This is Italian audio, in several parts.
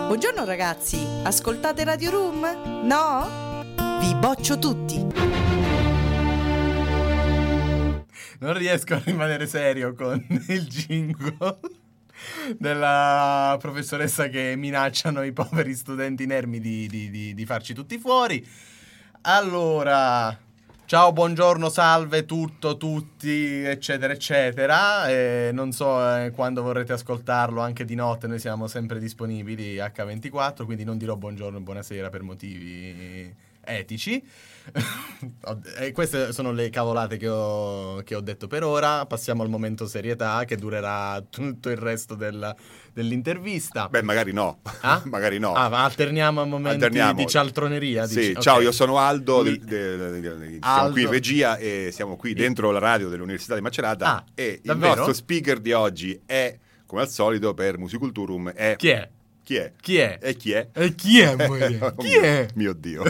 Buongiorno ragazzi, ascoltate Radio Room? No? Vi boccio tutti. Non riesco a rimanere serio con il jingle della professoressa che minacciano i poveri studenti inermi di farci tutti fuori. Allora, ciao, buongiorno, salve, tutto, tutti, eccetera, eccetera. Non so quando vorrete ascoltarlo, anche di notte noi siamo sempre disponibili H24, quindi non dirò buongiorno e buonasera per motivi etici. Queste sono le cavolate che ho detto per ora. Passiamo al momento serietà, che durerà tutto il resto dell'intervista. Beh, magari no. Ah? Magari no. Alterniamo a momenti di cialtroneria. Sì, dici? ciao, Okay. io sono Aldo, Aldo. siamo qui in regia e siamo qui dentro la radio dell'Università di Macerata. E davvero? Il nostro speaker di oggi è, come al solito, per Musiculturum è... Chi è? Chi è? Chi è? E chi è? E chi è, moglie? Chi è? Mio Dio.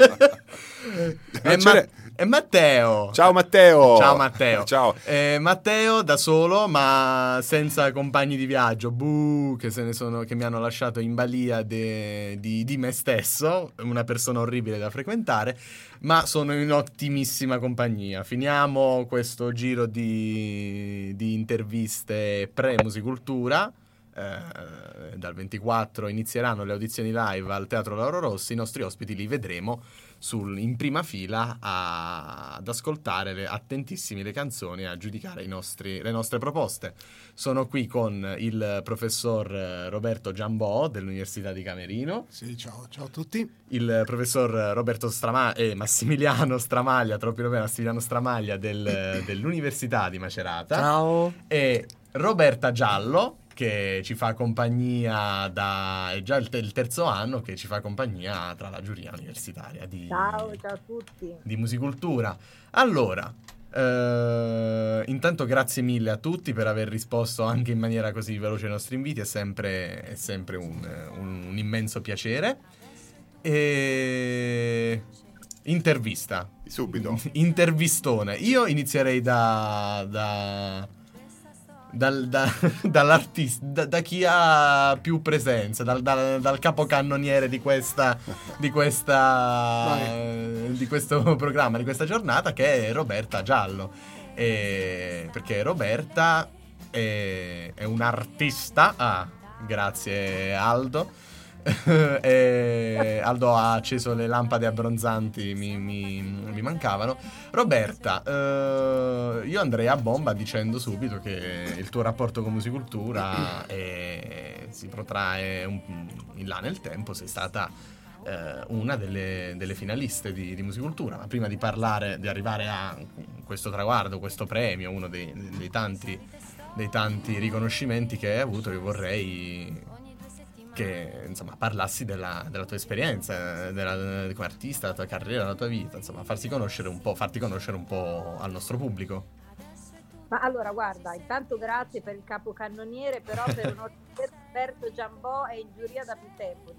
È Matteo. Ciao Matteo. Ciao Matteo. Ciao. Matteo da solo, ma senza compagni di viaggio. Che mi hanno lasciato in balia di me stesso, una persona orribile da frequentare, ma sono in ottimissima compagnia. Finiamo questo giro di interviste pre-musicultura. Dal 24 inizieranno le audizioni live al Teatro Lauro Rossi. I nostri ospiti li vedremo in prima fila ad ascoltare attentissimi le canzoni e a giudicare le nostre proposte. Sono qui con il professor Roberto Giambò dell'Università di Camerino. Sì, ciao a tutti. Il professor Roberto Massimiliano Stramaglia, troppo bene, Massimiliano Stramaglia dell'Università di Macerata. Ciao. E Roberta Giallo, che ci fa compagnia è già il terzo anno che ci fa compagnia tra la giuria universitaria ciao a tutti, di musicultura. Allora, intanto grazie mille a tutti per aver risposto anche in maniera così veloce ai nostri inviti, è sempre un immenso piacere. Intervista Subito. Intervistone. Io inizierei dall'artista, da chi ha più presenza, dal capocannoniere di questo programma, di questa giornata, che è Roberta Giallo. Perché Roberta è un'artista. Grazie Aldo. Aldo ha acceso le lampade abbronzanti, mi mancavano. Roberta, io andrei a bomba dicendo subito che il tuo rapporto con musicultura si protrae in là nel tempo. Sei stata una delle finaliste di musicultura, ma prima di arrivare a questo traguardo, questo premio, uno dei tanti riconoscimenti che hai avuto, io vorrei che insomma parlassi della tua esperienza come artista, la tua carriera, la tua vita, insomma farti conoscere un po' al nostro pubblico. Ma allora guarda, intanto grazie per il capocannoniere, però per un Roberto Giambò è in giuria da più tempo.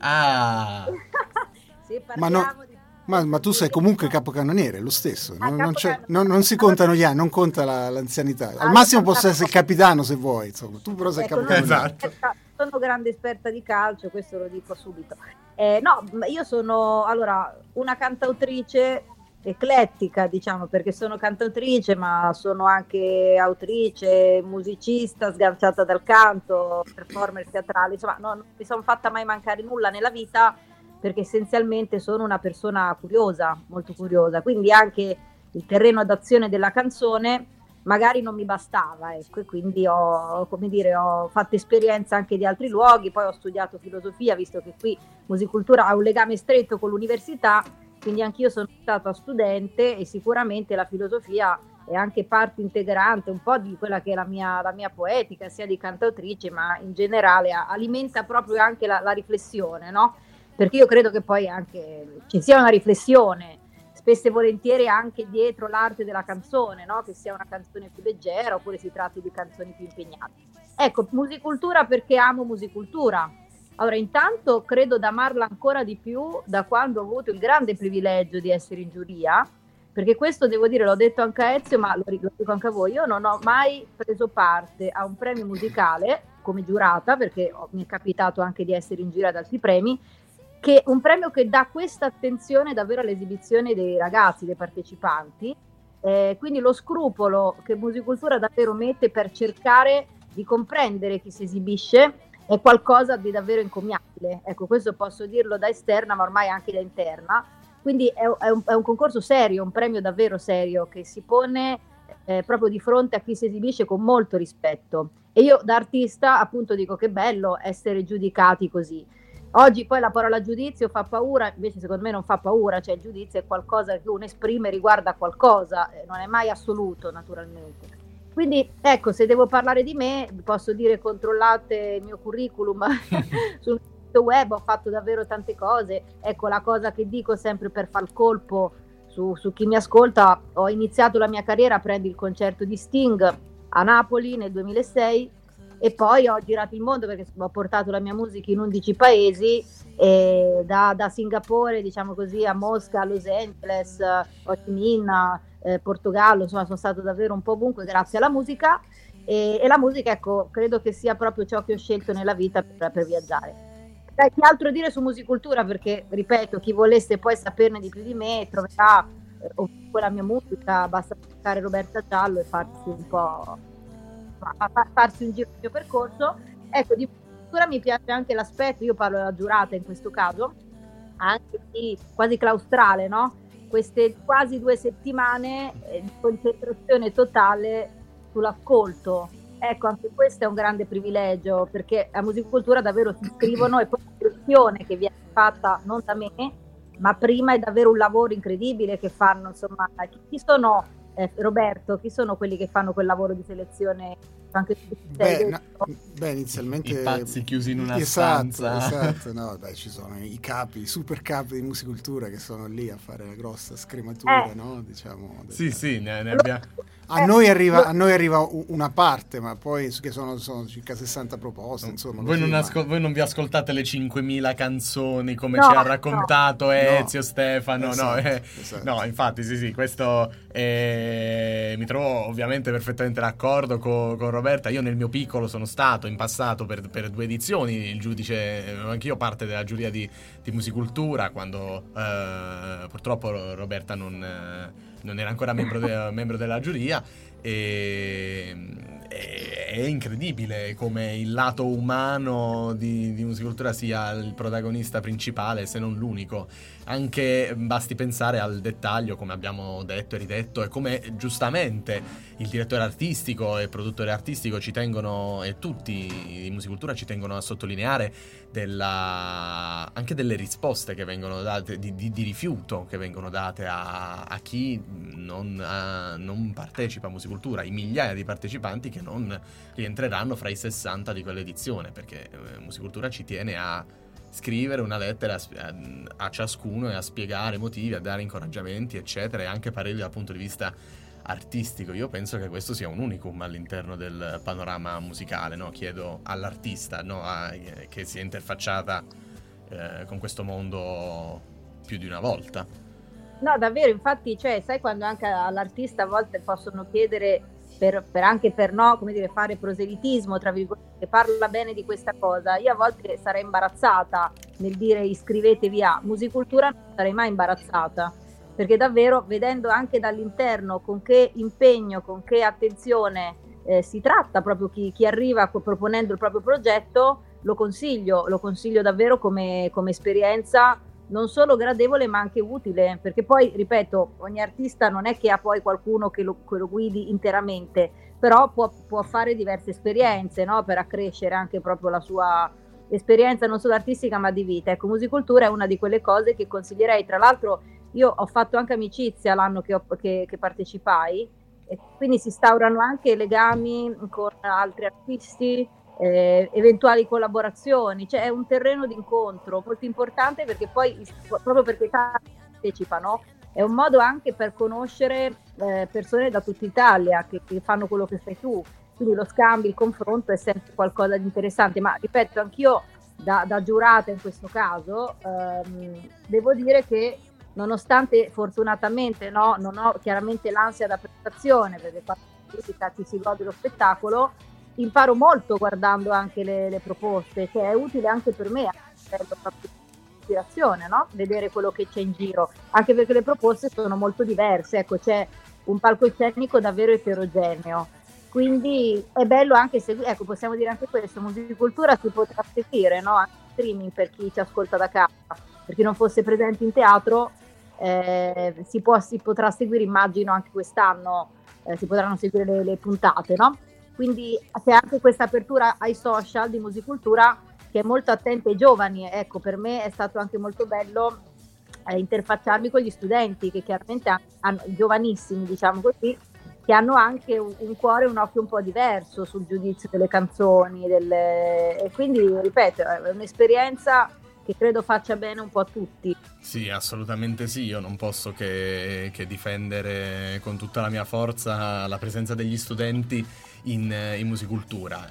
Se parliamo ma tu sei comunque capocannoniere, lo stesso, non si contano gli anni, non conta l'anzianità. Al massimo posso essere il capitano se vuoi, insomma. Tu però sei capocannoniere. Esatto. Sono grande esperta di calcio, questo lo dico subito. No, io sono una cantautrice eclettica, diciamo, perché sono cantautrice, ma sono anche autrice, musicista, sganciata dal canto, performer teatrale, insomma, non mi sono fatta mai mancare nulla nella vita, perché essenzialmente sono una persona curiosa, molto curiosa, quindi anche il terreno d'azione della canzone magari non mi bastava, ecco, e quindi ho fatto esperienza anche di altri luoghi, poi ho studiato filosofia, visto che qui musicultura ha un legame stretto con l'università, quindi anch'io sono stata studente e sicuramente la filosofia è anche parte integrante un po' di quella che è la mia poetica, sia di cantautrice, ma in generale alimenta proprio anche la riflessione, no? Perché io credo che poi anche ci sia una riflessione spesso e volentieri anche dietro l'arte della canzone, no? Che sia una canzone più leggera oppure si tratti di canzoni più impegnate. Ecco, musicultura perché amo musicultura. Allora, intanto credo di amarla ancora di più da quando ho avuto il grande privilegio di essere in giuria, perché questo devo dire, l'ho detto anche a Ezio, ma lo dico anche a voi, io non ho mai preso parte a un premio musicale come giurata, perché mi è capitato anche di essere in giro ad altri premi, che un premio che dà questa attenzione davvero all'esibizione dei ragazzi, dei partecipanti, quindi lo scrupolo che Musicultura davvero mette per cercare di comprendere chi si esibisce è qualcosa di davvero encomiabile. Ecco, questo posso dirlo da esterna, ma ormai anche da interna. Quindi è un concorso serio, un premio davvero serio, che si pone proprio di fronte a chi si esibisce con molto rispetto. E io da artista appunto dico che bello essere giudicati così. Oggi poi la parola giudizio fa paura, invece secondo me non fa paura, cioè il giudizio è qualcosa che uno esprime riguardo a qualcosa, non è mai assoluto naturalmente. Quindi ecco, se devo parlare di me, posso dire controllate il mio curriculum sul sito web, ho fatto davvero tante cose. Ecco, la cosa che dico sempre per far colpo su chi mi ascolta, ho iniziato la mia carriera aprendo il concerto di Sting a Napoli nel 2006 e poi ho girato il mondo perché ho portato la mia musica in 11 paesi, da Singapore, diciamo così, a Mosca, a Los Angeles, Ho Chi Minh, Portogallo, insomma sono stato davvero un po' ovunque grazie alla musica e la musica, ecco, credo che sia proprio ciò che ho scelto nella vita per viaggiare. Che altro dire su Musicultura, perché ripeto, chi volesse poi saperne di più di me troverà ovunque la mia musica, basta cercare Roberta Giallo e farsi un po' farsi un giro del mio percorso. Ecco, di Musicultura mi piace anche l'aspetto, io parlo della giurata in questo caso, anche di quasi claustrale, no? Queste quasi 2 settimane di concentrazione totale sull'ascolto. Ecco, anche questo è un grande privilegio, perché a Musicultura davvero si iscrivono e poi la selezione che viene fatta non da me, ma prima è davvero un lavoro incredibile che fanno, insomma, chi sono Roberto, chi sono quelli che fanno quel lavoro di selezione? Anche inizialmente i pazzi chiusi in una stanza. Esatto, no, ci sono i capi, i super capi di Musicultura che sono lì a fare la grossa scrematura, no? Diciamo. Sì, ne abbiamo. A noi arriva una parte, ma poi che sono circa 60 proposte, insomma. Voi non vi ascoltate le 5.000 canzoni come ci ha raccontato Ezio, Stefano, esatto. No, infatti sì, questo mi trovo ovviamente perfettamente d'accordo con Roberta. Io nel mio piccolo sono stato in passato per 2 edizioni il giudice, anch'io parte della giuria di Musicultura, quando purtroppo Roberta non era ancora membro della giuria, e è incredibile come il lato umano di Musicultura sia il protagonista principale, se non l'unico. Anche basti pensare al dettaglio, come abbiamo detto e ridetto, e come giustamente il direttore artistico e il produttore artistico ci tengono, e tutti in Musicultura ci tengono a sottolineare anche delle risposte che vengono date di rifiuto che vengono date a chi non partecipa a Musicultura, i migliaia di partecipanti che non rientreranno fra i 60 di quell'edizione, perché Musicultura ci tiene a scrivere una lettera a ciascuno e a spiegare motivi, a dare incoraggiamenti, eccetera, e anche pareri dal punto di vista artistico. Io penso che questo sia un unicum all'interno del panorama musicale, no? Chiedo all'artista, no? Che si è interfacciata con questo mondo più di una volta. No, davvero, infatti, cioè, sai, quando anche all'artista a volte possono chiedere per no, come dire, fare proselitismo, tra virgolette, parla bene di questa cosa. Io a volte sarei imbarazzata nel dire iscrivetevi a Musicultura, non sarei mai imbarazzata, perché davvero, vedendo anche dall'interno con che impegno, con che attenzione si tratta proprio chi arriva proponendo il proprio progetto, lo consiglio davvero come esperienza, non solo gradevole ma anche utile, perché poi, ripeto, ogni artista non è che ha poi qualcuno che lo guidi interamente, però può fare diverse esperienze, no? Per accrescere anche proprio la sua esperienza non solo artistica ma di vita. Ecco, Musicultura è una di quelle cose che consiglierei. Tra l'altro io ho fatto anche amicizia l'anno che partecipai, e quindi si instaurano anche legami con altri artisti, eventuali collaborazioni, cioè è un terreno di incontro molto importante, perché poi proprio perché tanti partecipano è un modo anche per conoscere persone da tutta Italia che fanno quello che fai tu, quindi lo scambio, il confronto è sempre qualcosa di interessante. Ma ripeto, anch'io da giurata in questo caso devo dire che, nonostante fortunatamente non ho chiaramente l'ansia da prestazione, perché quando ci si gode lo spettacolo, imparo molto guardando anche le proposte, che è utile anche per me, proprio ispirazione, no? Vedere quello che c'è in giro, anche perché le proposte sono molto diverse, ecco, c'è un palcoscenico davvero eterogeneo, quindi è bello anche seguire, ecco, possiamo dire anche questo, Musicultura si potrà seguire, no? Anche streaming per chi ci ascolta da casa, per chi non fosse presente in teatro, si potrà seguire, immagino anche quest'anno, si potranno seguire le puntate, no? Quindi c'è anche questa apertura ai social di Musicultura che è molto attenta ai giovani. Ecco, per me è stato anche molto bello interfacciarmi con gli studenti che chiaramente hanno giovanissimi, diciamo così, che hanno anche un cuore e un occhio un po' diverso sul giudizio delle canzoni, e quindi, ripeto, è un'esperienza che credo faccia bene un po' a tutti. Sì, assolutamente sì, io non posso che difendere con tutta la mia forza la presenza degli studenti in Musicultura.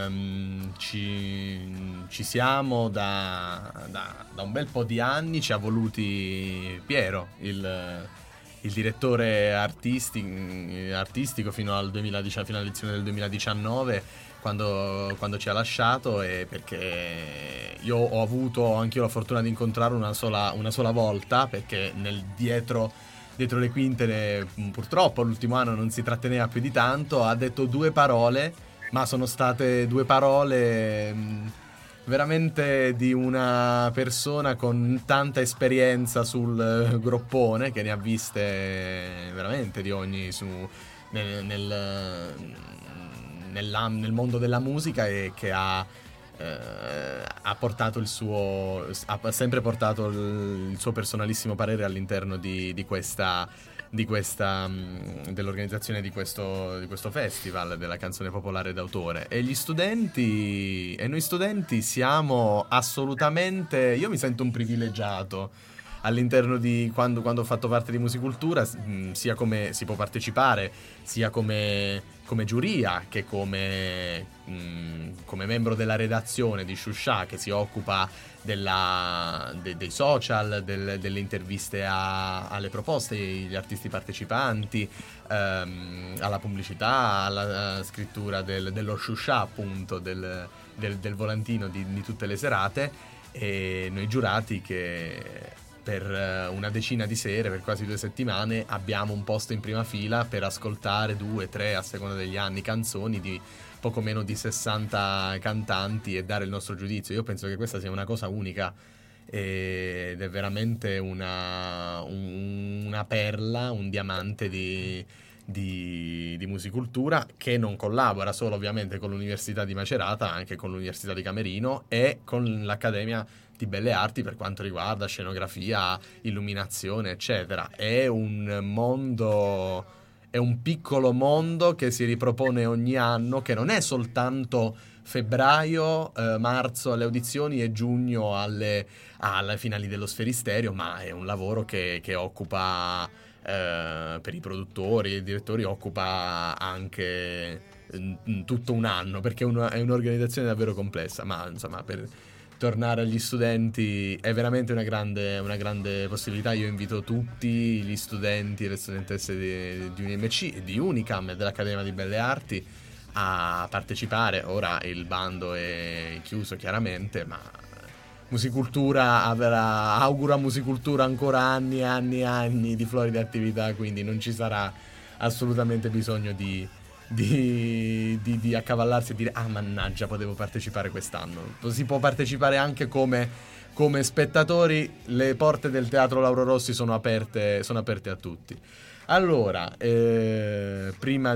Ci siamo da un bel po' di anni, ci ha voluti Piero, il direttore artistico fino all'edizione del 2019, quando ci ha lasciato, e perché io ho avuto anch'io la fortuna di incontrarlo una sola volta, perché dietro le quinte purtroppo l'ultimo anno non si tratteneva più di tanto. Ha detto 2 parole, ma sono state 2 parole veramente di una persona con tanta esperienza sul groppone, che ne ha viste veramente di ogni nel mondo della musica, e che ha portato ha sempre portato il suo personalissimo parere all'interno di questa dell'organizzazione di questo festival della canzone popolare d'autore. E noi studenti siamo assolutamente, io mi sento un privilegiato all'interno di quando ho fatto parte di Musicultura, sia come si può partecipare, sia come giuria che come membro della redazione di Shusha, che si occupa dei social, delle interviste alle proposte, agli artisti partecipanti, alla pubblicità, alla scrittura dello Shusha, appunto, del volantino di tutte le serate, e noi giurati che per una decina di sere, per quasi 2 settimane, abbiamo un posto in prima fila per ascoltare 2, 3, a seconda degli anni, canzoni di poco meno di 60 cantanti e dare il nostro giudizio. Io penso che questa sia una cosa unica ed è veramente una perla, un diamante di Musicultura, che non collabora solo ovviamente con l'Università di Macerata, anche con l'Università di Camerino e con l'Accademia di Belle Arti per quanto riguarda scenografia, illuminazione, eccetera. È un piccolo mondo che si ripropone ogni anno, che non è soltanto febbraio, marzo alle audizioni e giugno alle finali dello Sferisterio, ma è un lavoro che occupa, per i produttori e i direttori, occupa anche tutto un anno, perché è un'organizzazione davvero complessa. Ma insomma, per tornare agli studenti, è veramente una grande possibilità. Io invito tutti gli studenti e le studentesse di UNIMC e di Unicam e dell'Accademia di Belle Arti a partecipare. Ora il bando è chiuso chiaramente, ma Musicultura augura a Musicultura ancora anni e anni e anni di florida attività, quindi non ci sarà assolutamente bisogno di accavallarsi e dire mannaggia, potevo partecipare quest'anno. Si può partecipare anche come spettatori. Le porte del Teatro Lauro Rossi sono aperte a tutti. Allora, prima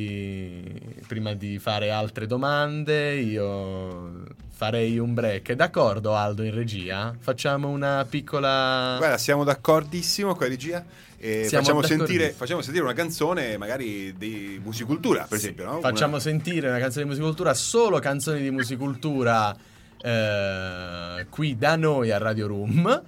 di fare altre domande, io farei un break. D'accordo, Aldo, in regia? Facciamo una piccola... Guarda, siamo d'accordissimo con la regia. Facciamo sentire una canzone magari di Musicultura, per esempio, no? Facciamo sentire una canzone di Musicultura, solo canzoni di Musicultura qui da noi a Radio Room.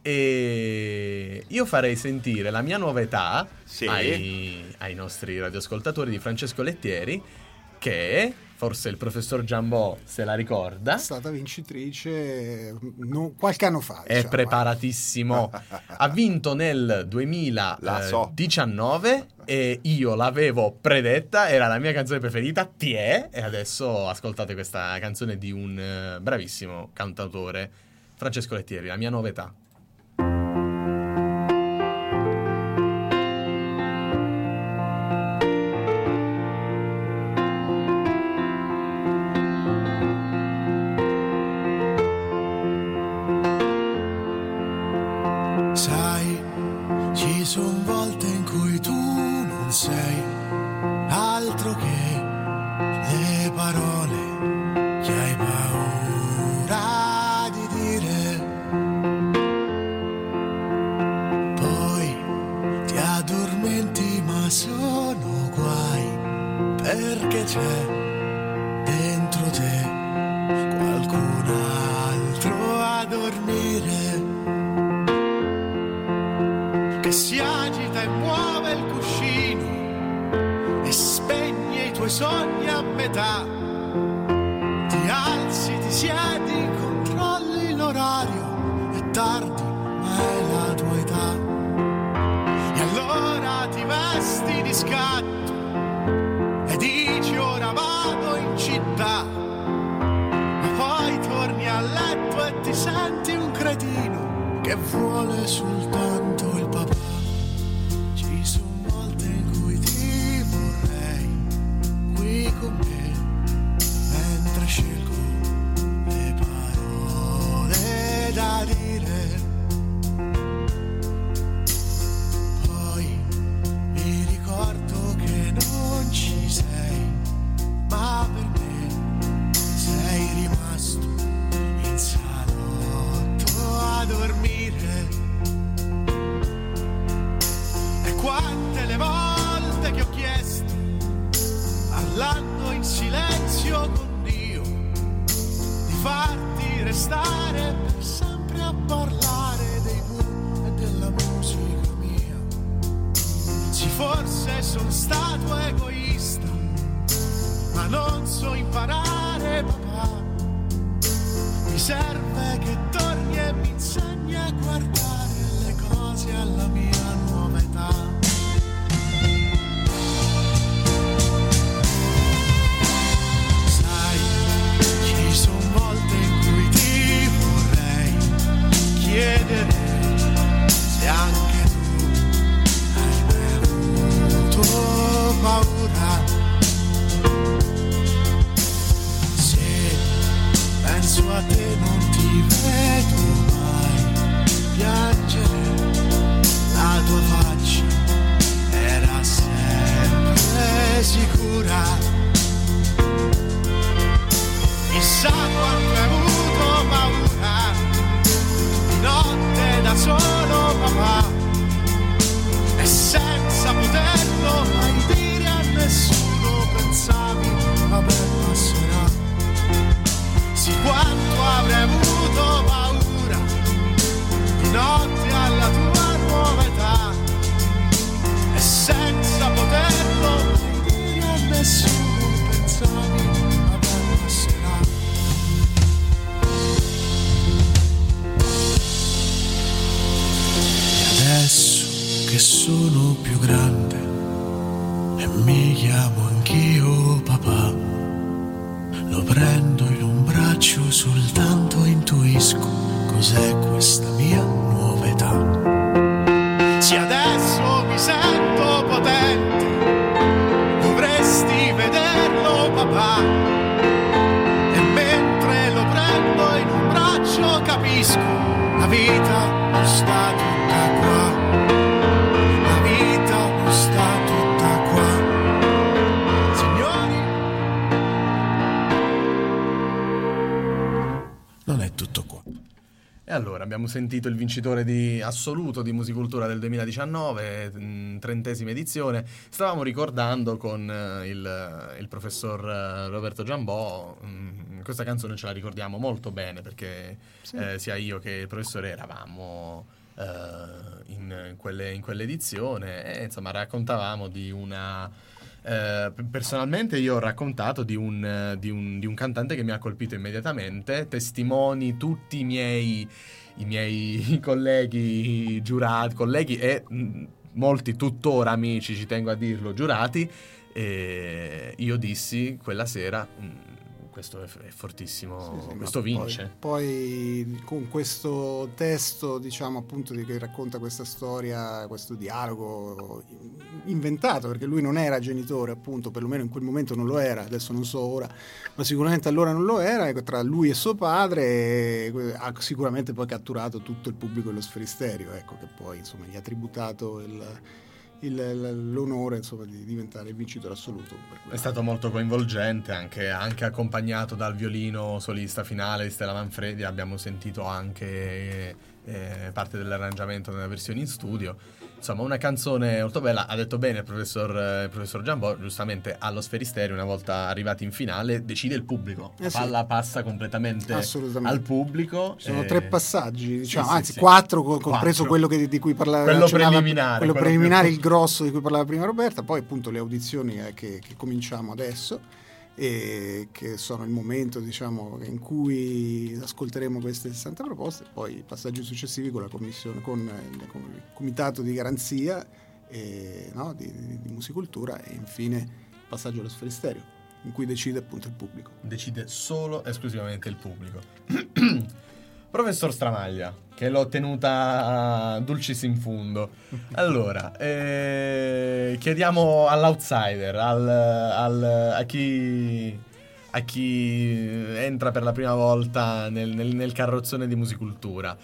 E io farei sentire La mia nuova età ai nostri radioascoltatori di Francesco Lettieri, che forse il professor Giambò se la ricorda. È stata vincitrice qualche anno fa. È preparatissimo. Ha vinto nel 2019 e io l'avevo predetta, era la mia canzone preferita, Tiè, e adesso ascoltate questa canzone di un bravissimo cantautore, Francesco Lettieri, La mia nuova età. Abbiamo sentito il vincitore assoluto di Musicultura del 2019, 30ª edizione. Stavamo ricordando con il professor Roberto Giambò, questa canzone ce la ricordiamo molto bene perché sì. Sia io che il professore eravamo in quell'edizione e insomma raccontavamo di una Personalmente io ho raccontato di un cantante che mi ha colpito immediatamente, testimoni tutti i miei colleghi giurati, e molti tuttora amici, ci tengo a dirlo, giurati, e io dissi quella sera: questo è fortissimo, sì, questo vince. Poi con questo testo, diciamo, appunto, che racconta questa storia, questo dialogo inventato, perché lui non era genitore, appunto, perlomeno in quel momento non lo era, adesso non so ora, ma sicuramente allora non lo era, tra lui e suo padre, ha sicuramente poi catturato tutto il pubblico dello Sferisterio, ecco, che poi insomma gli ha tributato l'onore, insomma, di diventare il vincitore assoluto. È stato molto coinvolgente, anche accompagnato dal violino solista finale di Stella Manfredi. Abbiamo sentito anche parte dell'arrangiamento nella versione in studio. Insomma, una canzone molto bella. Ha detto bene il professor Giambò, giustamente allo Sferisterio, una volta arrivati in finale, decide il pubblico. La palla passa completamente al pubblico. Sono 3 passaggi, diciamo, anzi 4, compreso quello di cui parlava, quello preliminare, il grosso di cui parlava prima Roberta, poi appunto le audizioni che cominciamo adesso, e che sono il momento, diciamo, in cui ascolteremo queste 60 proposte, poi i passaggi successivi con la commissione, con il comitato di garanzia di musicultura, e infine il passaggio allo Sferisterio, in cui decide appunto il pubblico. Decide solo esclusivamente il pubblico. Professor Stramaglia, che l'ho tenuta dulcis in fundo. Allora, chiediamo all'outsider, a chi entra per la prima volta nel carrozzone di musicultura.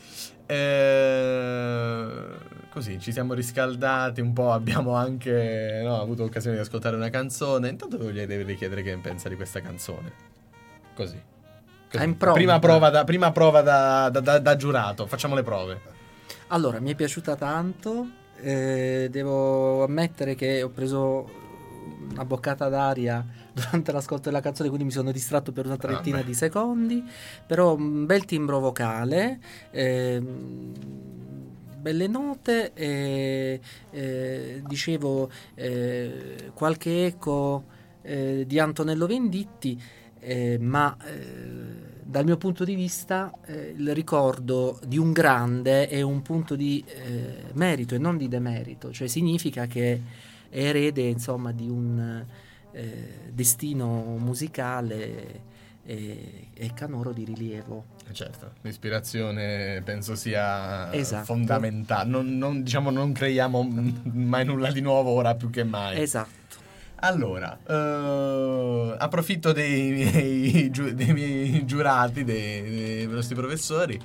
Così ci siamo riscaldati un po', abbiamo anche avuto occasione di ascoltare una canzone. Intanto voglio chiedere che pensa di questa canzone. Così. Prima prova da giurato, facciamo le prove. Allora, mi è piaciuta tanto, devo ammettere che ho preso una boccata d'aria durante l'ascolto della canzone, quindi mi sono distratto per una trentina di secondi, però un bel timbro vocale, belle note, dicevo, qualche eco di Antonello Venditti. Ma dal mio punto di vista il ricordo di un grande è un punto di merito e non di demerito, cioè significa che è erede, insomma, di un destino musicale e canoro di rilievo. Certo, l'ispirazione penso sia fondamentale, non creiamo mai nulla di nuovo ora più che mai. Esatto. Allora, approfitto dei miei giurati, dei nostri professori,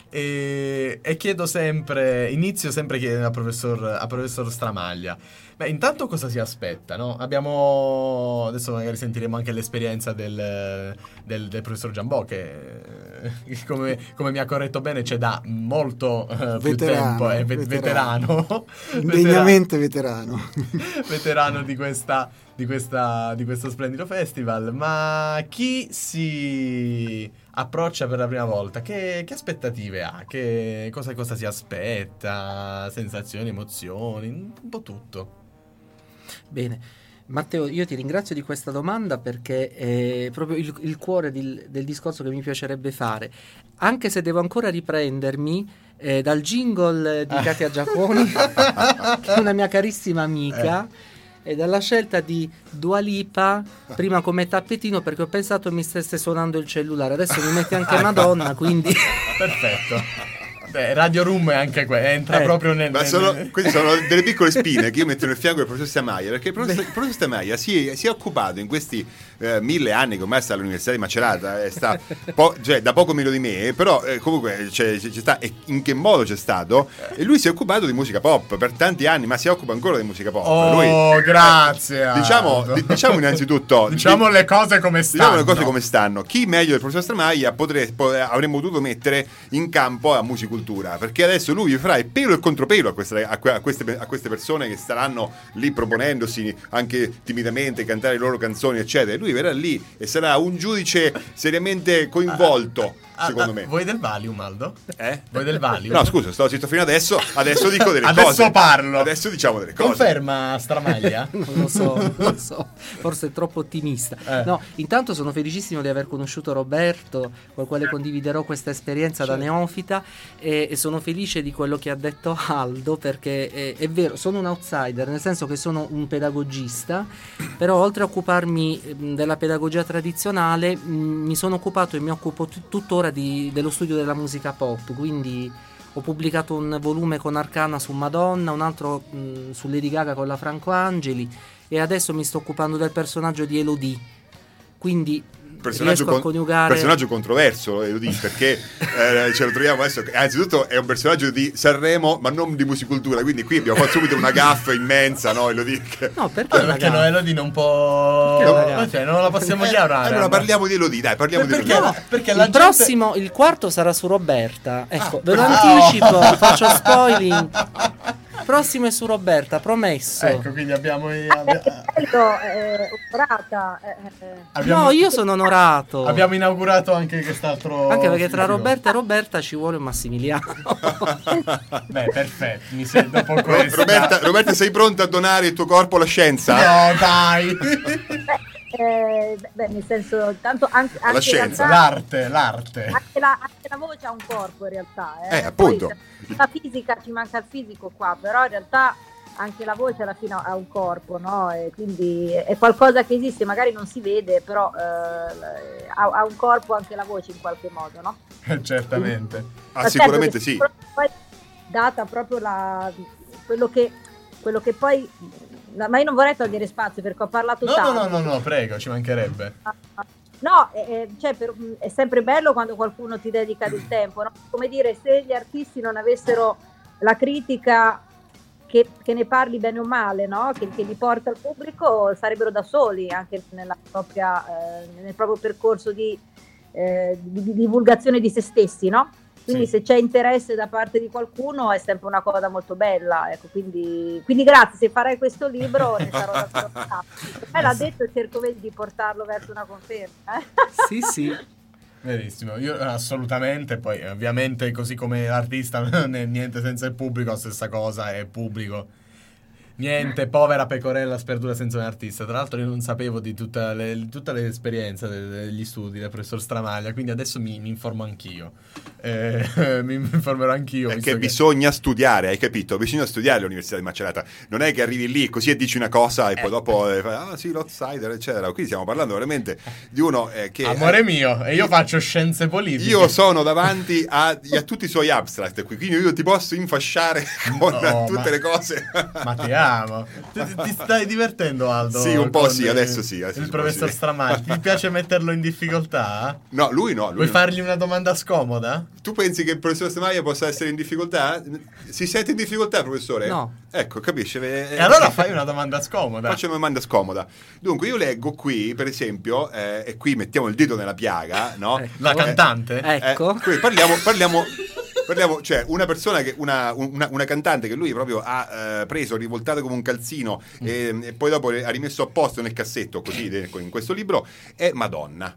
e inizio sempre chiedendo a professor Stramaglia. Beh, intanto cosa si aspetta, no? Adesso magari sentiremo anche l'esperienza del professor Giambò, che come mi ha corretto bene c'è da molto più tempo, è veterano. Indegnamente veterano. Veterano di questo splendido festival. Ma chi si approccia per la prima volta, che aspettative ha? Cosa si aspetta? Sensazioni, emozioni, un po' tutto. Bene, Matteo, io ti ringrazio di questa domanda, perché è proprio il cuore del discorso che mi piacerebbe fare, anche se devo ancora riprendermi dal jingle di Katia Giacconi, che è una mia carissima amica, e dalla scelta di Dua Lipa prima come tappetino, perché ho pensato mi stesse suonando il cellulare, adesso mi metti anche Madonna, quindi perfetto. Beh, Radio Room è anche entra proprio nel... Ma queste sono delle piccole spine che io metto nel fianco del professor Stramaglia, perché il professor Stramaglia si è occupato in questi 1000 anni che ormai sta all'Università di Macerata, cioè da poco meno di me, però comunque c'è sta, e in che modo c'è stato, e lui si è occupato di musica pop per tanti anni, ma si occupa ancora di musica pop. Grazie. Diciamo innanzitutto le cose come stanno. Chi meglio del professor Stramaglia avremmo potuto mettere in campo a musicultura, perché adesso lui farà il pelo e il contropelo a queste persone che staranno lì proponendosi anche timidamente cantare le loro canzoni, eccetera. Lui verrà lì e sarà un giudice seriamente coinvolto. secondo me. Vuoi del Valium, Aldo? Eh? Vuoi del Valium? No, scusa, stavo zitto fino adesso dico delle Adesso cose. parlo. Adesso diciamo delle cose. Conferma Stramaglia? Non lo so, forse è troppo ottimista. No, intanto sono felicissimo di aver conosciuto Roberto, col quale condividerò questa esperienza da neofita, e sono felice di quello che ha detto Aldo, perché è vero, sono un outsider, nel senso che sono un pedagogista, però oltre a occuparmi della pedagogia tradizionale, mi sono occupato e mi occupo tuttora dello studio della musica pop, quindi ho pubblicato un volume con Arcana su Madonna, un altro su Lady Gaga con la Franco Angeli, e adesso mi sto occupando del personaggio di Elodie, quindi riesco a coniugare... personaggio controverso, lo dico, perché ce lo troviamo adesso. Anzitutto è un personaggio di Sanremo, ma non di musicultura, quindi qui abbiamo fatto subito una gaffa immensa, no? Elodie che... No, perché no, Elodie non può... Cioè, non la possiamo chiamare. Allora parliamo di Elodie, dai, parliamo di Elodie. No, perché la il prossimo, il quarto sarà su Roberta, ecco, ve lo anticipo, faccio spoiling. Il prossimo è su Roberta, promesso. Ecco, quindi abbiamo No, io sono onorato. Abbiamo inaugurato anche quest'altro. Anche perché tra studio. Roberta e Roberta ci vuole un Massimiliano. Beh, perfetto. Mi sento dopo questo. Roberta, sei pronta a donare il tuo corpo alla scienza? No, dai. Nel senso, tanto anche la scienza, l'arte. Anche la voce ha un corpo in realtà. Appunto. Poi, la fisica, ci manca il fisico qua, però in realtà anche la voce alla fine ha un corpo, no? E quindi è qualcosa che esiste, magari non si vede, però ha un corpo anche la voce in qualche modo, no? Certamente. Sicuramente sì. Poi data proprio quello che poi... Ma io non vorrei togliere spazio perché ho parlato tanto. No, prego, ci mancherebbe. No, è sempre bello quando qualcuno ti dedica del tempo, no? Come dire, se gli artisti non avessero la critica che ne parli bene o male, no? Che li porta al pubblico, sarebbero da soli anche nel proprio percorso di divulgazione di se stessi, no? Quindi se c'è interesse da parte di qualcuno è sempre una cosa molto bella, ecco, quindi grazie, se farai questo libro ne sarò d'accordo. L'ha detto e cerco di portarlo verso una conferma. Sì. Verissimo, io assolutamente, poi ovviamente così come l'artista non è niente senza il pubblico, la stessa cosa è pubblico. Niente, povera pecorella sperduta senza un artista. Tra l'altro io non sapevo di tutta l'esperienza degli studi del professor Stramaglia, quindi adesso mi informo anch'io. Mi informerò anch'io. Perché bisogna studiare, hai capito? Bisogna studiare all'Università di Macerata. Non è che arrivi lì così e dici una cosa e poi dopo fai, sì, l'outsider, eccetera. Qui stiamo parlando veramente di uno che... Amore mio, e io faccio scienze politiche. Io sono davanti a tutti i suoi abstract qui, quindi io ti posso infasciare con tutte le cose. Ma ti amo. Ti stai divertendo, Aldo? Sì, un po' sì, adesso sì. Il professor Stramaglia. Ti piace metterlo in difficoltà? No, lui no. Vuoi fargli una domanda scomoda? Tu pensi che il professor Stramaglia possa essere in difficoltà? Si sente in difficoltà, professore? No. Ecco, capisce? E allora fai una domanda scomoda. Faccio una domanda scomoda. Dunque, io leggo qui, per esempio, e qui mettiamo il dito nella piaga, no? La cantante? Ecco. Qui parliamo, cioè una persona che una cantante che lui proprio ha preso, rivoltato come un calzino e poi dopo ha rimesso a posto nel cassetto, così in questo libro, è Madonna.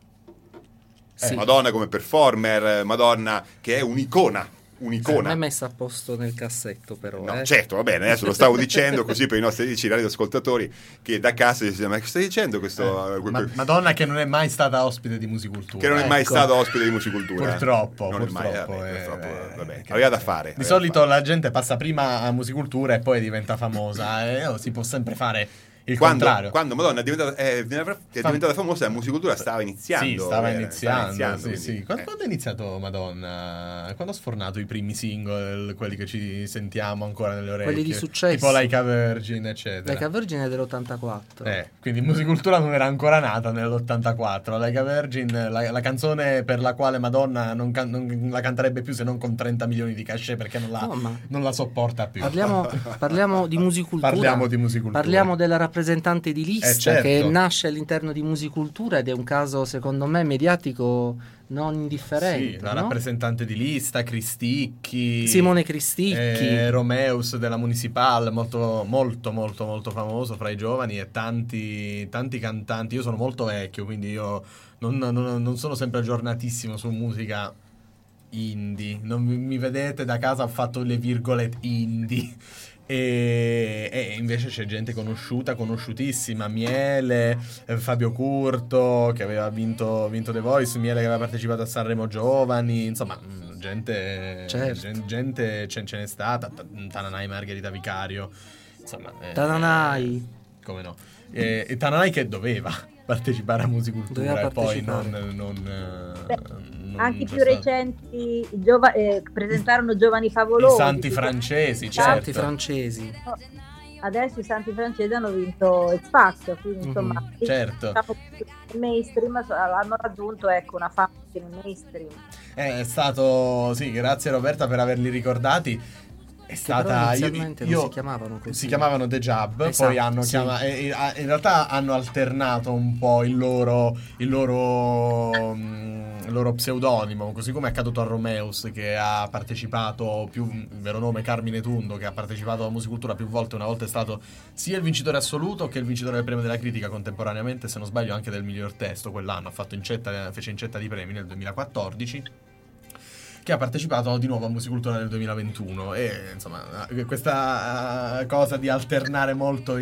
Sì. Madonna come performer, Madonna che è un'icona. Non è messa a posto nel cassetto, però. No, certo, va bene, adesso lo stavo dicendo così per i nostri amici radioascoltatori che da casa si dicono: ma che stai dicendo questo? Madonna che non è mai stata ospite di Musicultura. Che non è mai stata ospite di Musicultura. Purtroppo. Non purtroppo, purtroppo, vabbè, aveva da fare. Di solito la gente passa prima a Musicultura e poi diventa famosa. Si può sempre fare il contrario. Quando Madonna è diventata famosa, la Musicultura stava iniziando. Sì, stava iniziando. Sì. Quando è iniziato Madonna? Quando ha sfornato i primi single, quelli che ci sentiamo ancora nelle orecchie? Quelli di successo. Tipo Like a Virgin, eccetera. Like a Virgin è dell'84. Quindi Musicultura non era ancora nata nell'84. Like a Virgin, la canzone per la quale Madonna non la canterebbe più se non con 30 milioni di cachet perché non la sopporta più. Parliamo di Musicultura. Parliamo della rappresentante di lista certo. che nasce all'interno di Musicultura ed è un caso secondo me mediatico non indifferente. Sì, la rappresentante di lista, Cristicchi, Simone Cristicchi, Romeus della Municipal, molto molto molto molto famoso fra i giovani, e tanti cantanti. Io sono molto vecchio, quindi io non sono sempre aggiornatissimo su musica indie. Non mi vedete da casa, ho fatto le virgolette indie. E invece c'è gente conosciutissima, Miele, Fabio Curto che aveva vinto The Voice, Miele che aveva partecipato a Sanremo Giovani, insomma gente, Certo. gente ce n'è stata, Tananai, Margherita Vicario, insomma Tananai. come no, e Tananai che doveva partecipare a Musicultura Doveva e poi partecipare. non Anche i c'è più stato. recenti presentarono Giovani I Favolosi. Santi francesi, certo. Santi francesi. Adesso i Santi francesi hanno vinto X Factor, quindi insomma certo. diciamo, il mainstream hanno raggiunto, ecco, una fama nel mainstream. È stato, sì, grazie Roberta per averli ricordati. È stata inizialmente non si chiamavano così. Si chiamavano The Jab, Esatto, poi hanno sì. in realtà hanno alternato un po' il loro pseudonimo, così come è accaduto a Romeus, che ha partecipato il vero nome Carmine Tundo, che ha partecipato a Musicultura più volte. Una volta è stato sia il vincitore assoluto che il vincitore del premio della critica, contemporaneamente, se non sbaglio anche del miglior testo. Quell'anno fece incetta di premi nel 2014, che ha partecipato di nuovo a Musicultura nel 2021. E insomma questa cosa di alternare molto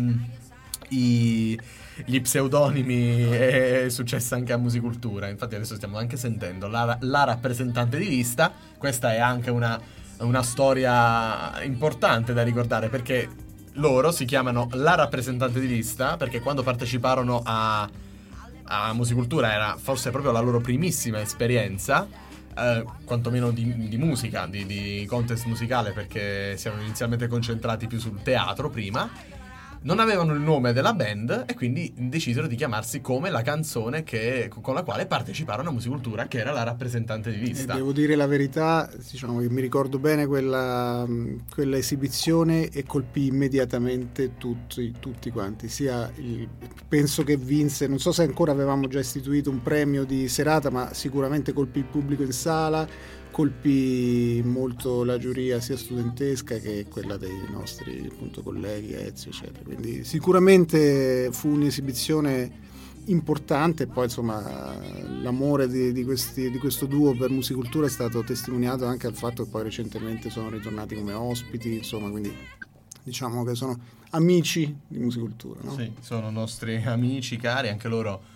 gli pseudonimi è successa anche a Musicultura. Infatti adesso stiamo anche sentendo la rappresentante di lista. Questa è anche una storia importante da ricordare, perché loro si chiamano la rappresentante di lista perché quando parteciparono a Musicultura era forse proprio la loro primissima esperienza, quantomeno di musica, di contest musicale, perché si erano inizialmente concentrati più sul teatro prima. Non avevano il nome della band e quindi decisero di chiamarsi come la canzone con la quale parteciparono a Musicultura, che era la rappresentante di lista. Devo dire la verità, diciamo che mi ricordo bene quella esibizione e colpì immediatamente tutti quanti. Penso che vinse, non so se ancora avevamo già istituito un premio di serata, ma sicuramente colpì il pubblico in sala, colpì molto la giuria sia studentesca che quella dei nostri appunto colleghi, Ezio, eccetera. Quindi sicuramente fu un'esibizione importante. E poi insomma l'amore di questo duo per Musicultura è stato testimoniato anche dal fatto che poi recentemente sono ritornati come ospiti, insomma, quindi diciamo che sono amici di Musicultura, no? Sì, sono nostri amici cari, anche loro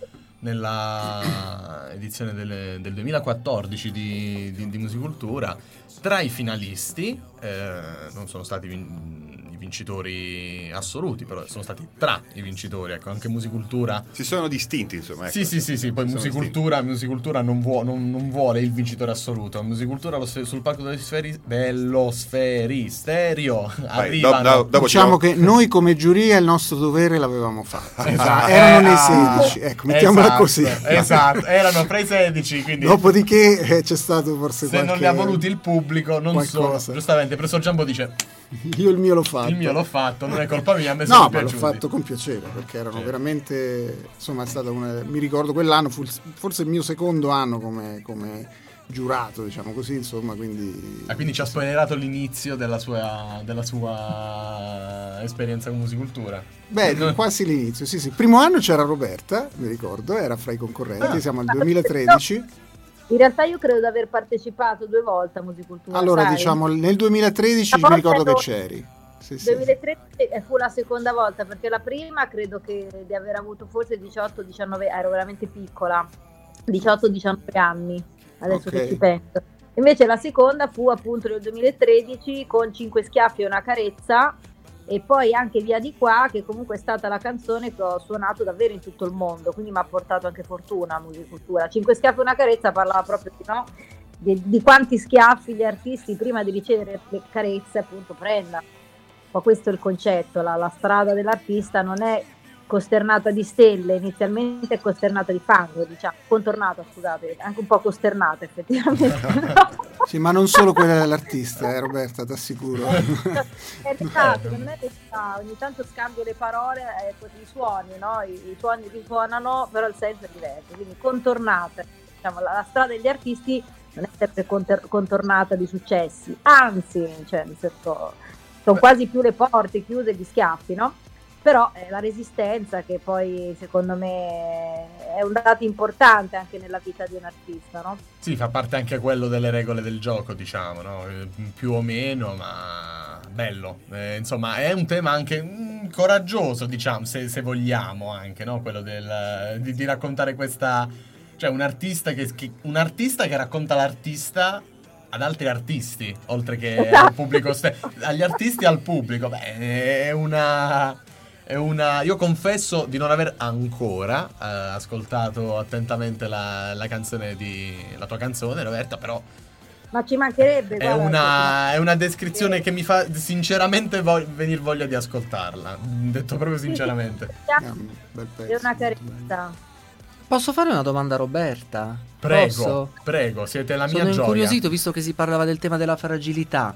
nella edizione del 2014 di Musicultura. Tra i finalisti non sono stati i vincitori assoluti, però sono stati tra i vincitori, ecco. Anche Musicultura si sono distinti, insomma, ecco. Sì, poi Musicultura non vuole il vincitore assoluto. Musicultura sul palco dello Sferisterio arrivano. Diciamo che noi come giuria il nostro dovere l'avevamo fatto. Esatto. Erano nei 16, ecco, mettiamola così. Esatto, erano fra i 16, quindi dopodiché c'è stato forse se non li ha voluti il pubblico, non so. Giustamente, professor Giambo dice: io il mio l'ho fatto, non è colpa mia, a me no, sono ma piaciuti. l'ho fatto con piacere, perché erano veramente, insomma, è stata mi ricordo quell'anno fu forse il mio secondo anno come giurato, diciamo così, insomma, quindi Quindi ci ha spoilerato l'inizio della sua esperienza con Musicultura. Beh, quasi l'inizio, sì. Il primo anno c'era Roberta, mi ricordo, era fra i concorrenti, siamo al 2013. In realtà io credo di aver partecipato 2 volte a Musicultura. Allora, sai? diciamo, nel 2013 mi ricordo che c'eri. Sì. 2013 fu la seconda volta, perché la prima credo che di aver avuto forse 18-19, ero veramente piccola, 18-19 anni, adesso che ci penso. Invece la seconda fu appunto nel 2013 con 5 schiaffi e una carezza, e poi anche Via di qua, che comunque è stata la canzone che ho suonato davvero in tutto il mondo, quindi mi ha portato anche fortuna a Musicultura. 5 schiaffi e una carezza parlava proprio di quanti schiaffi gli artisti prima di ricevere le carezze appunto prendano. Ma questo è il concetto, la strada dell'artista non è costernata di stelle, inizialmente è costernata di fango, diciamo, contornata, scusate, anche un po' costernata effettivamente. Sì, ma non solo quella dell'artista, Roberta, t'assicuro. Non è che ogni tanto scambio le parole, i suoni, no? I suoni risuonano, però il senso è diverso, quindi contornata. Diciamo, la strada degli artisti non è sempre contornata di successi, anzi, cioè, nel senso, sono quasi più le porte chiuse, gli schiaffi, no? però è la resistenza che poi secondo me è un dato importante anche nella vita di un artista, no? Sì, fa parte anche quello delle regole del gioco, diciamo, no? Più o meno, ma bello. Insomma, è un tema anche coraggioso, diciamo, se vogliamo anche, no? Quello di raccontare questa... Cioè, un artista che racconta l'artista ad altri artisti, oltre che al pubblico agli artisti e al pubblico. Beh, è una... Io confesso di non aver ancora ascoltato attentamente la canzone la tua canzone, Roberta, però ma ci mancherebbe. È una descrizione che mi fa sinceramente venire voglia di ascoltarla, detto proprio sinceramente. Bel pezzo, è una carezza. Posso fare una domanda a Roberta? Prego, prego, siete la mia gioia. Sono incuriosito, visto che si parlava del tema della fragilità.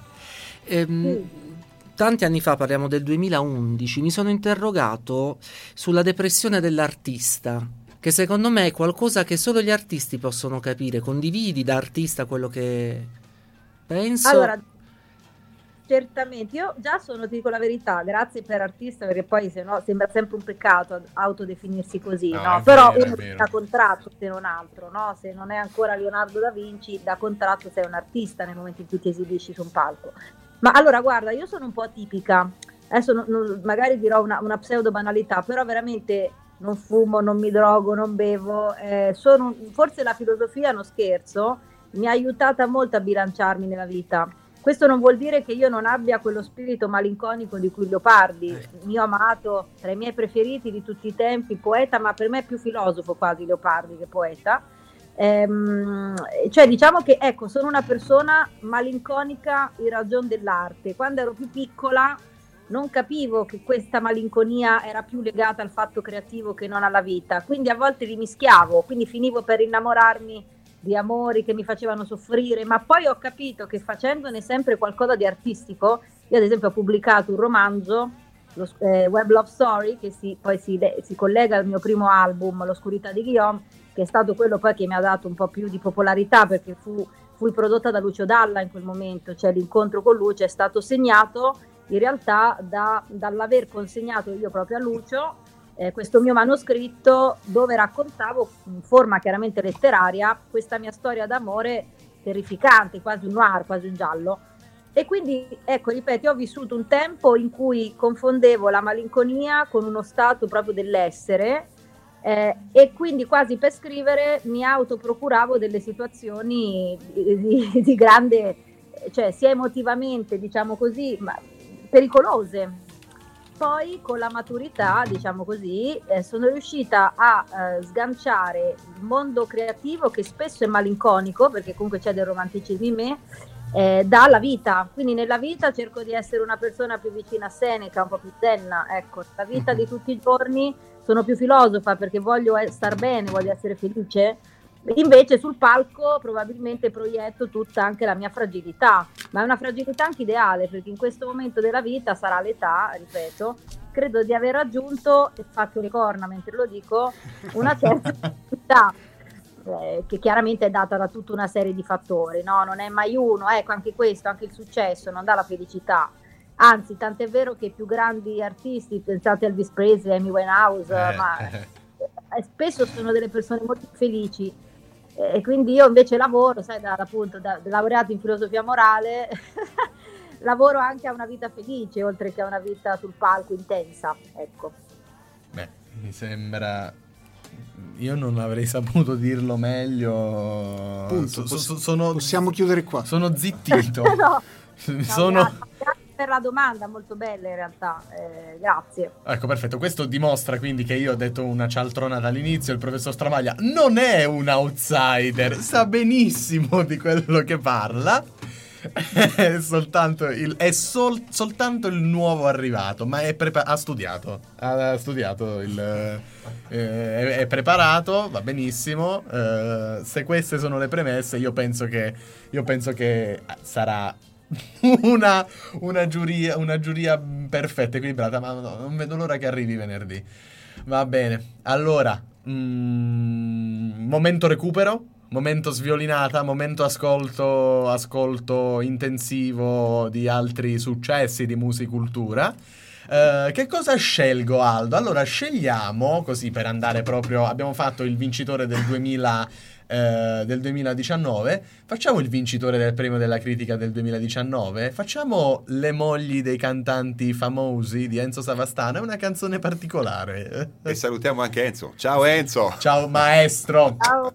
Tanti anni fa, parliamo del 2011, mi sono interrogato sulla depressione dell'artista, che secondo me è qualcosa che solo gli artisti possono capire. Condividi da artista quello che penso? Allora, certamente, io già ti dico la verità, grazie per artista, perché poi se no sembra sempre un peccato autodefinirsi così, no? Però uno da contratto, se non altro, no? Se non è ancora Leonardo da Vinci, da contratto sei un artista nel momento in cui ti esibisci su un palco. Ma allora, guarda, io sono un po' atipica, adesso magari dirò una pseudo banalità, però veramente non fumo, non mi drogo, non bevo, forse la filosofia, non scherzo, mi ha aiutata molto a bilanciarmi nella vita. Questo non vuol dire che io non abbia quello spirito malinconico di cui Leopardi, mio amato, tra i miei preferiti di tutti i tempi, poeta, ma per me è più filosofo quasi Leopardi che poeta. Cioè diciamo che ecco, sono una persona malinconica in ragione dell'arte. Quando ero più piccola non capivo che questa malinconia era più legata al fatto creativo che non alla vita, quindi a volte li mischiavo, quindi finivo per innamorarmi di amori che mi facevano soffrire, ma poi ho capito che facendone sempre qualcosa di artistico, io ad esempio ho pubblicato un romanzo, Web Love Story, che poi si collega al mio primo album, L'oscurità di Guillaume, che è stato quello poi che mi ha dato un po' più di popolarità, perché fui prodotta da Lucio Dalla in quel momento, cioè l'incontro con Lucio è stato segnato in realtà dall'aver consegnato io proprio a Lucio questo mio manoscritto dove raccontavo in forma chiaramente letteraria questa mia storia d'amore terrificante, quasi un noir, quasi un giallo. E quindi, ecco, ripeto, io ho vissuto un tempo in cui confondevo la malinconia con uno stato proprio dell'essere, e quindi quasi per scrivere mi autoprocuravo delle situazioni di grande, cioè sia emotivamente, diciamo così, ma pericolose. Poi con la maturità, diciamo così, sono riuscita a sganciare il mondo creativo, che spesso è malinconico, perché comunque c'è del romanticismo in me, dalla vita. Quindi nella vita cerco di essere una persona più vicina a Seneca, un po' più zenna, ecco. La vita di tutti i giorni sono più filosofa perché voglio star bene, voglio essere felice. Invece sul palco probabilmente proietto tutta anche la mia fragilità, ma è una fragilità anche ideale, perché in questo momento della vita, sarà l'età, ripeto, credo di aver raggiunto, e faccio le corna mentre lo dico, una certa età, che chiaramente è data da tutta una serie di fattori, no? Non è mai uno, ecco, anche questo, anche il successo non dà la felicità, anzi, tant'è vero che i più grandi artisti, pensate a Elvis Presley, Amy Winehouse, ma spesso sono delle persone molto felici. E quindi io invece lavoro, sai, appunto da laureato in filosofia morale lavoro anche a una vita felice oltre che a una vita sul palco intensa, ecco. Beh, mi sembra, io non avrei saputo dirlo meglio. Punto, possiamo chiudere qua. Sono zittito. No, grazie per la domanda, molto bella in realtà, grazie. Ecco, perfetto, questo dimostra quindi che io ho detto una cialtronata all'inizio. Il professor Stramaglia non è un outsider, sa benissimo di quello che parla, è soltanto soltanto il nuovo arrivato, ma ha studiato, è preparato, va benissimo. Se queste sono le premesse, io penso che sarà una giuria perfetta, equilibrata, ma no, non vedo l'ora che arrivi venerdì. Va bene, allora momento recupero, momento sviolinata, momento ascolto intensivo di altri successi di musicultura. Che cosa scelgo, Aldo? Allora scegliamo, così per andare proprio, abbiamo fatto il vincitore del 2019, facciamo il vincitore del premio della critica del 2019, facciamo Le mogli dei cantanti famosi di Enzo Savastano, è una canzone particolare. E salutiamo anche Enzo. Ciao Enzo. Ciao maestro. Ciao.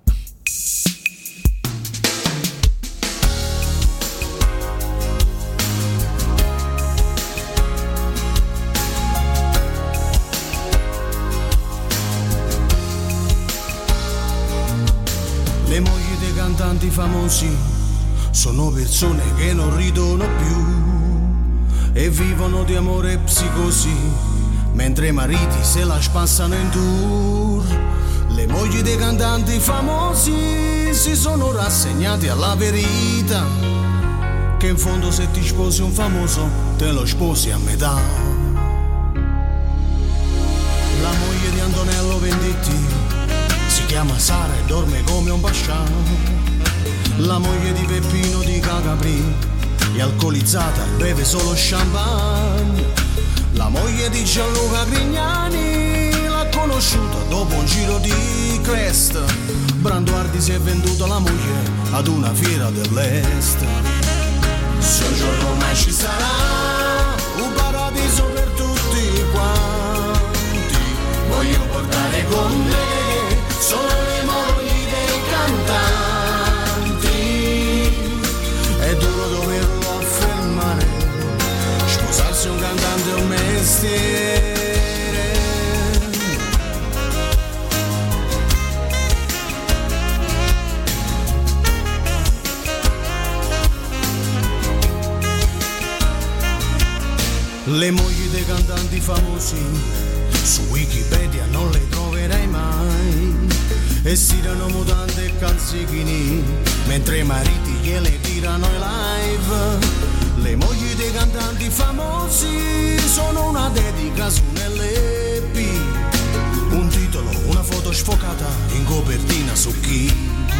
Le mogli dei cantanti famosi sono persone che non ridono più e vivono di amore e psicosi, mentre i mariti se la spassano in tour. Le mogli dei cantanti famosi si sono rassegnati alla verità, che in fondo se ti sposi un famoso te lo sposi a metà. La moglie di Antonello Venditti si chiama Sara e dorme come un pascià. La moglie di Peppino di Cagapri è alcolizzata e beve solo champagne. La moglie di Gianluca Grignani l'ha conosciuta dopo un giro di crest. Branduardi si è venduta la moglie ad una fiera dell'est. Se un giorno mai ci sarà un paradiso per tutti quanti, voglio portare con me solo le mogli dei cantanti. È duro doverlo affermare, sposarsi un cantante è un mestiere. Le mogli dei cantanti famosi su Wikipedia non le troverai mai, e si danno mutande e calzichini mentre i mariti gliele tirano ai live. Le mogli dei cantanti famosi sono una dedica su un LP, un titolo, una foto sfocata in copertina su chi.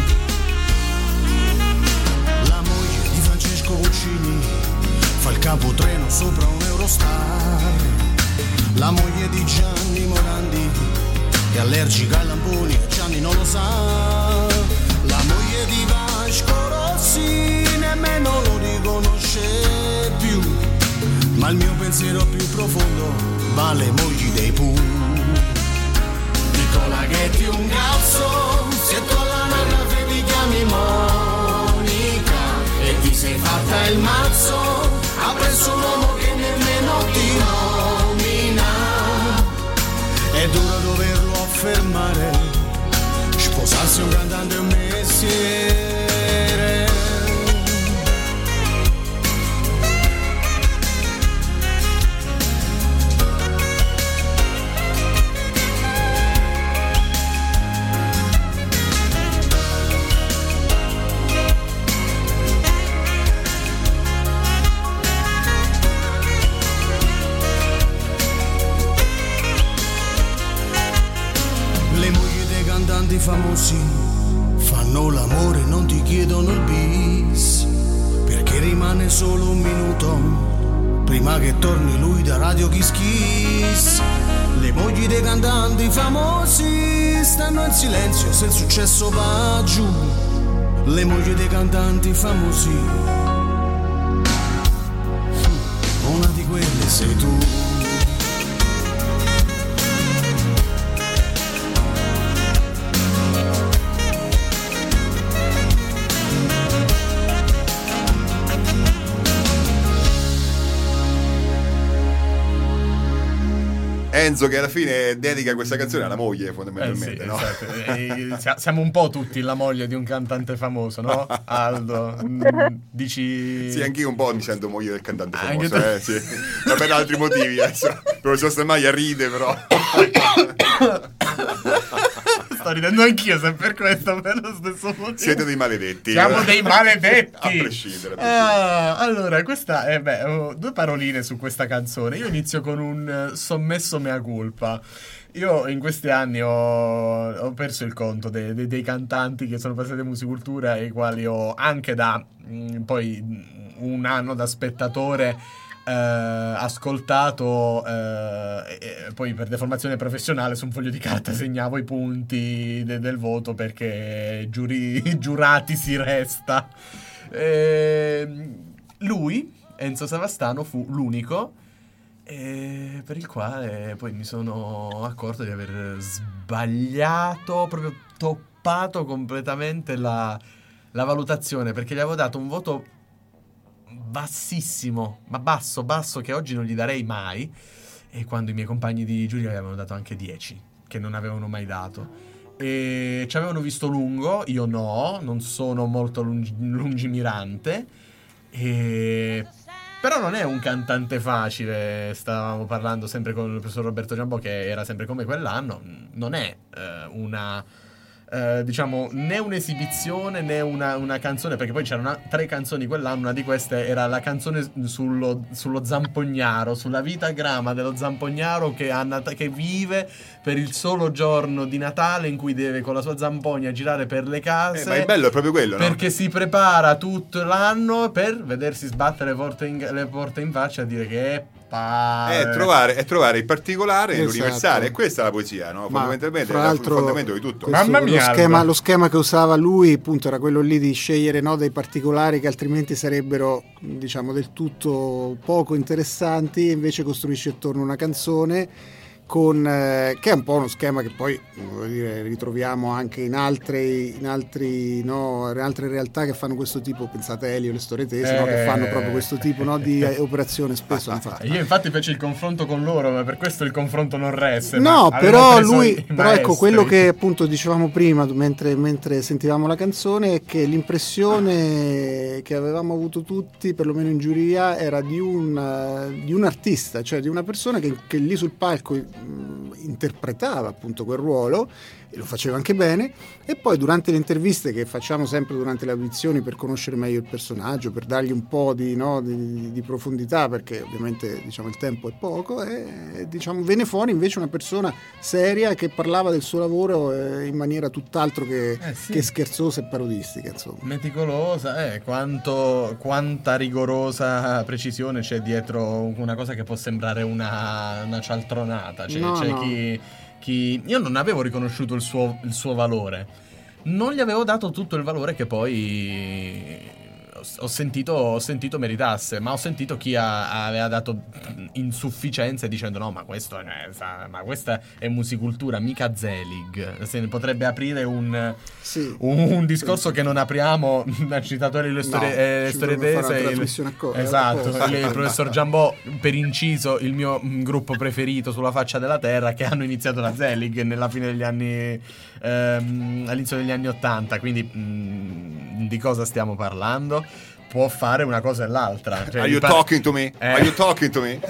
La moglie di Francesco Guccini fa il capotreno sopra un Eurostar. La moglie di Gianni Morandi è allergica ai lamponi e Gianni non lo sa. La moglie di Vasco Rossi nemmeno lo riconosce più, ma il mio pensiero più profondo va alle mogli dei Pooh. Nicola Ghetti un cazzo, se tu all'anagrafe ti chiami Monica e ti sei fatta il mazzo, ha preso un uomo che nemmeno ti nomina. È duro doverlo affermare, sposarsi un cantante è un mestiere. Cantanti famosi fanno l'amore, non ti chiedono il bis, perché rimane solo un minuto prima che torni lui da Radio Kiss Kiss. Le mogli dei cantanti famosi stanno in silenzio se il successo va giù. Le mogli dei cantanti famosi, una di quelle sei tu. Enzo che alla fine dedica questa canzone alla moglie fondamentalmente, sì, no? esatto. Siamo un po' tutti la moglie di un cantante famoso, no? Aldo, dici... Sì, anch'io un po' mi sento moglie del cantante Anche famoso, sì. Ma per altri motivi adesso. Il professor Stamaia ride però. Sto ridendo anch'io, se per questo, per lo stesso motivo. Siete dei maledetti. Siamo dei maledetti. A prescindere. Allora, questa è due paroline su questa canzone. Io inizio con un sommesso mea culpa. Io in questi anni ho perso il conto dei cantanti che sono passati a Musicultura, ai quali ho anche da poi un anno da spettatore ascoltato, poi per deformazione professionale su un foglio di carta segnavo i punti del voto, perché giurati si resta. Lui, Enzo Savastano, fu l'unico per il quale poi mi sono accorto di aver sbagliato, proprio toppato completamente la valutazione, perché gli avevo dato un voto bassissimo, ma basso, che oggi non gli darei mai, e quando i miei compagni di giuria gli avevano dato anche 10, che non avevano mai dato, e ci avevano visto lungo, io no, non sono molto lungimirante, però non è un cantante facile. Stavamo parlando sempre con il professor Roberto Giambò, che era sempre come quell'anno. Non è diciamo, né un'esibizione né una canzone, perché poi c'erano 3 canzoni quell'anno. Una di queste era la canzone sullo zampognaro, sulla vita grama dello zampognaro che vive per il solo giorno di Natale in cui deve con la sua zampogna girare per le case. Ma il bello è proprio quello, no? Perché si prepara tutto l'anno per vedersi sbattere le porte in faccia, a dire che è trovare il particolare Esatto. nell'universale, e questa è la poesia, no? Fondamentalmente fra è l'altro, il fondamento di tutto. Mamma mia, lo schema che usava lui, appunto, era quello lì di scegliere, no, dei particolari che altrimenti sarebbero, diciamo, del tutto poco interessanti, e invece costruisce attorno una canzone che è un po' uno schema che poi, voglio dire, ritroviamo anche in altre realtà che fanno questo tipo. Pensate a Elio e le storie tese, no, che fanno proprio questo tipo, no, di operazione, spesso hanno fatto. Io infatti feci il confronto con loro, ma per questo il confronto non resse. No, però ecco, quello che appunto dicevamo prima mentre sentivamo la canzone, è che l'impressione che avevamo avuto tutti, perlomeno in giuria, era di un artista, cioè di una persona che lì sul palco interpretava appunto quel ruolo, e lo faceva anche bene. E poi durante le interviste che facciamo sempre durante le audizioni, per conoscere meglio il personaggio, per dargli un po' di profondità, perché ovviamente, diciamo, il tempo è poco, e diciamo venne fuori invece una persona seria che parlava del suo lavoro in maniera tutt'altro che scherzosa e parodistica, insomma. Meticolosa, quanta rigorosa precisione c'è dietro una cosa che può sembrare una cialtronata. Io non avevo riconosciuto il suo valore, non gli avevo dato tutto il valore che poi ho sentito meritasse, ma ho sentito chi aveva dato insufficienze, dicendo no, ma questa è musicultura, mica Zelig. Se ne potrebbe aprire un discorso che non apriamo. Ha citato le storie tese, esatto, il professor Giambò, per inciso il mio gruppo preferito sulla faccia della terra, che hanno iniziato la Zelig nella fine degli anni, all'inizio degli anni 80, quindi di cosa stiamo parlando? Può fare una cosa e l'altra. Cioè, Are you talking to me? Are you talking to me?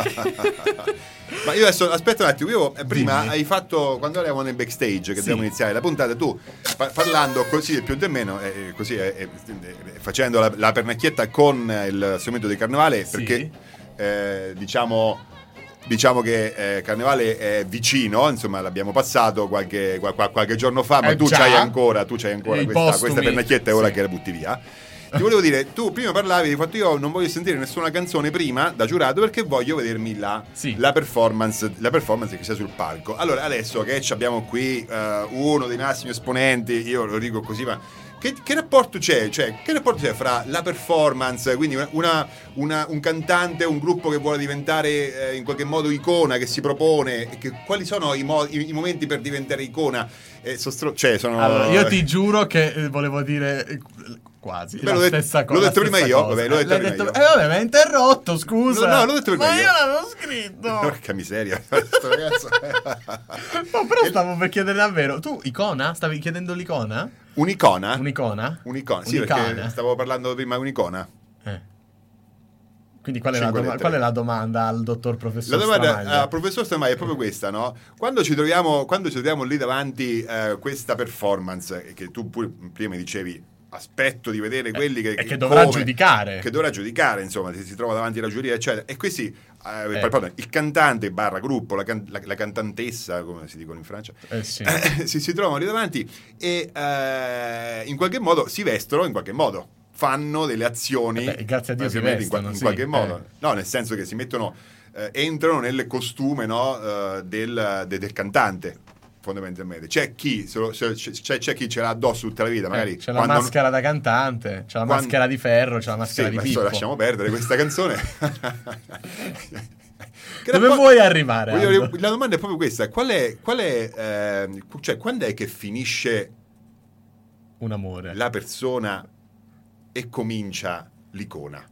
Ma io adesso, aspetta un attimo, prima hai fatto, quando eravamo nel backstage, che dobbiamo iniziare la puntata, tu parlando così del più del meno, così facendo la pernacchietta con il strumento di Carnevale, perché diciamo che Carnevale è vicino, insomma l'abbiamo passato qualche giorno fa, ma tu c'hai ancora questa pernacchietta, e ora che la butti via. Ti volevo dire, tu prima parlavi di fatto, io non voglio sentire nessuna canzone prima da giurato, perché voglio vedermi la performance che c'è sul palco. Allora, adesso che abbiamo qui uno dei massimi esponenti, io lo dico così, ma che rapporto c'è? Cioè, che rapporto c'è fra la performance, quindi un cantante, un gruppo che vuole diventare in qualche modo icona, che si propone, quali sono i momenti per diventare icona? Allora, io ti giuro che volevo dire quasi la stessa cosa. L'ho detto prima io. Vabbè, l'ho detto prima io. Vabbè, mi hai interrotto, scusa. No, l'ho detto prima ma io. Ma io l'avevo scritto. Porca miseria, questo ragazzo. No, però stavo per chiedere davvero. Tu, icona? Stavi chiedendo l'icona? Un'icona? Sì, perché stavo parlando prima di un'icona. Quindi qual è la domanda al dottor professor Stramaglia? La domanda al professor Stramaglia è proprio questa, no? Quando ci troviamo lì davanti questa performance, che tu pure prima mi dicevi, aspetto di vedere quelli che dovrà giudicare. Che dovrà giudicare, insomma, si trova davanti alla giuria, eccetera. E questi il cantante / gruppo, la cantantessa, come si dicono in Francia, si trovano lì davanti e in qualche modo si vestono, in qualche modo fanno delle azioni. Grazie a Dio si in vestono, qualche modo. No, nel senso che si mettono, entrano nel costume, no, del cantante. Fondamentalmente c'è chi c'è chi ce l'ha addosso tutta la vita, magari c'è la maschera da cantante, c'è la maschera di ferro, c'è la maschera di Pippo. Lasciamo perdere questa canzone. Dove vuoi arrivare? La domanda è proprio questa: cioè quando è che finisce un amore, la persona, e comincia l'icona?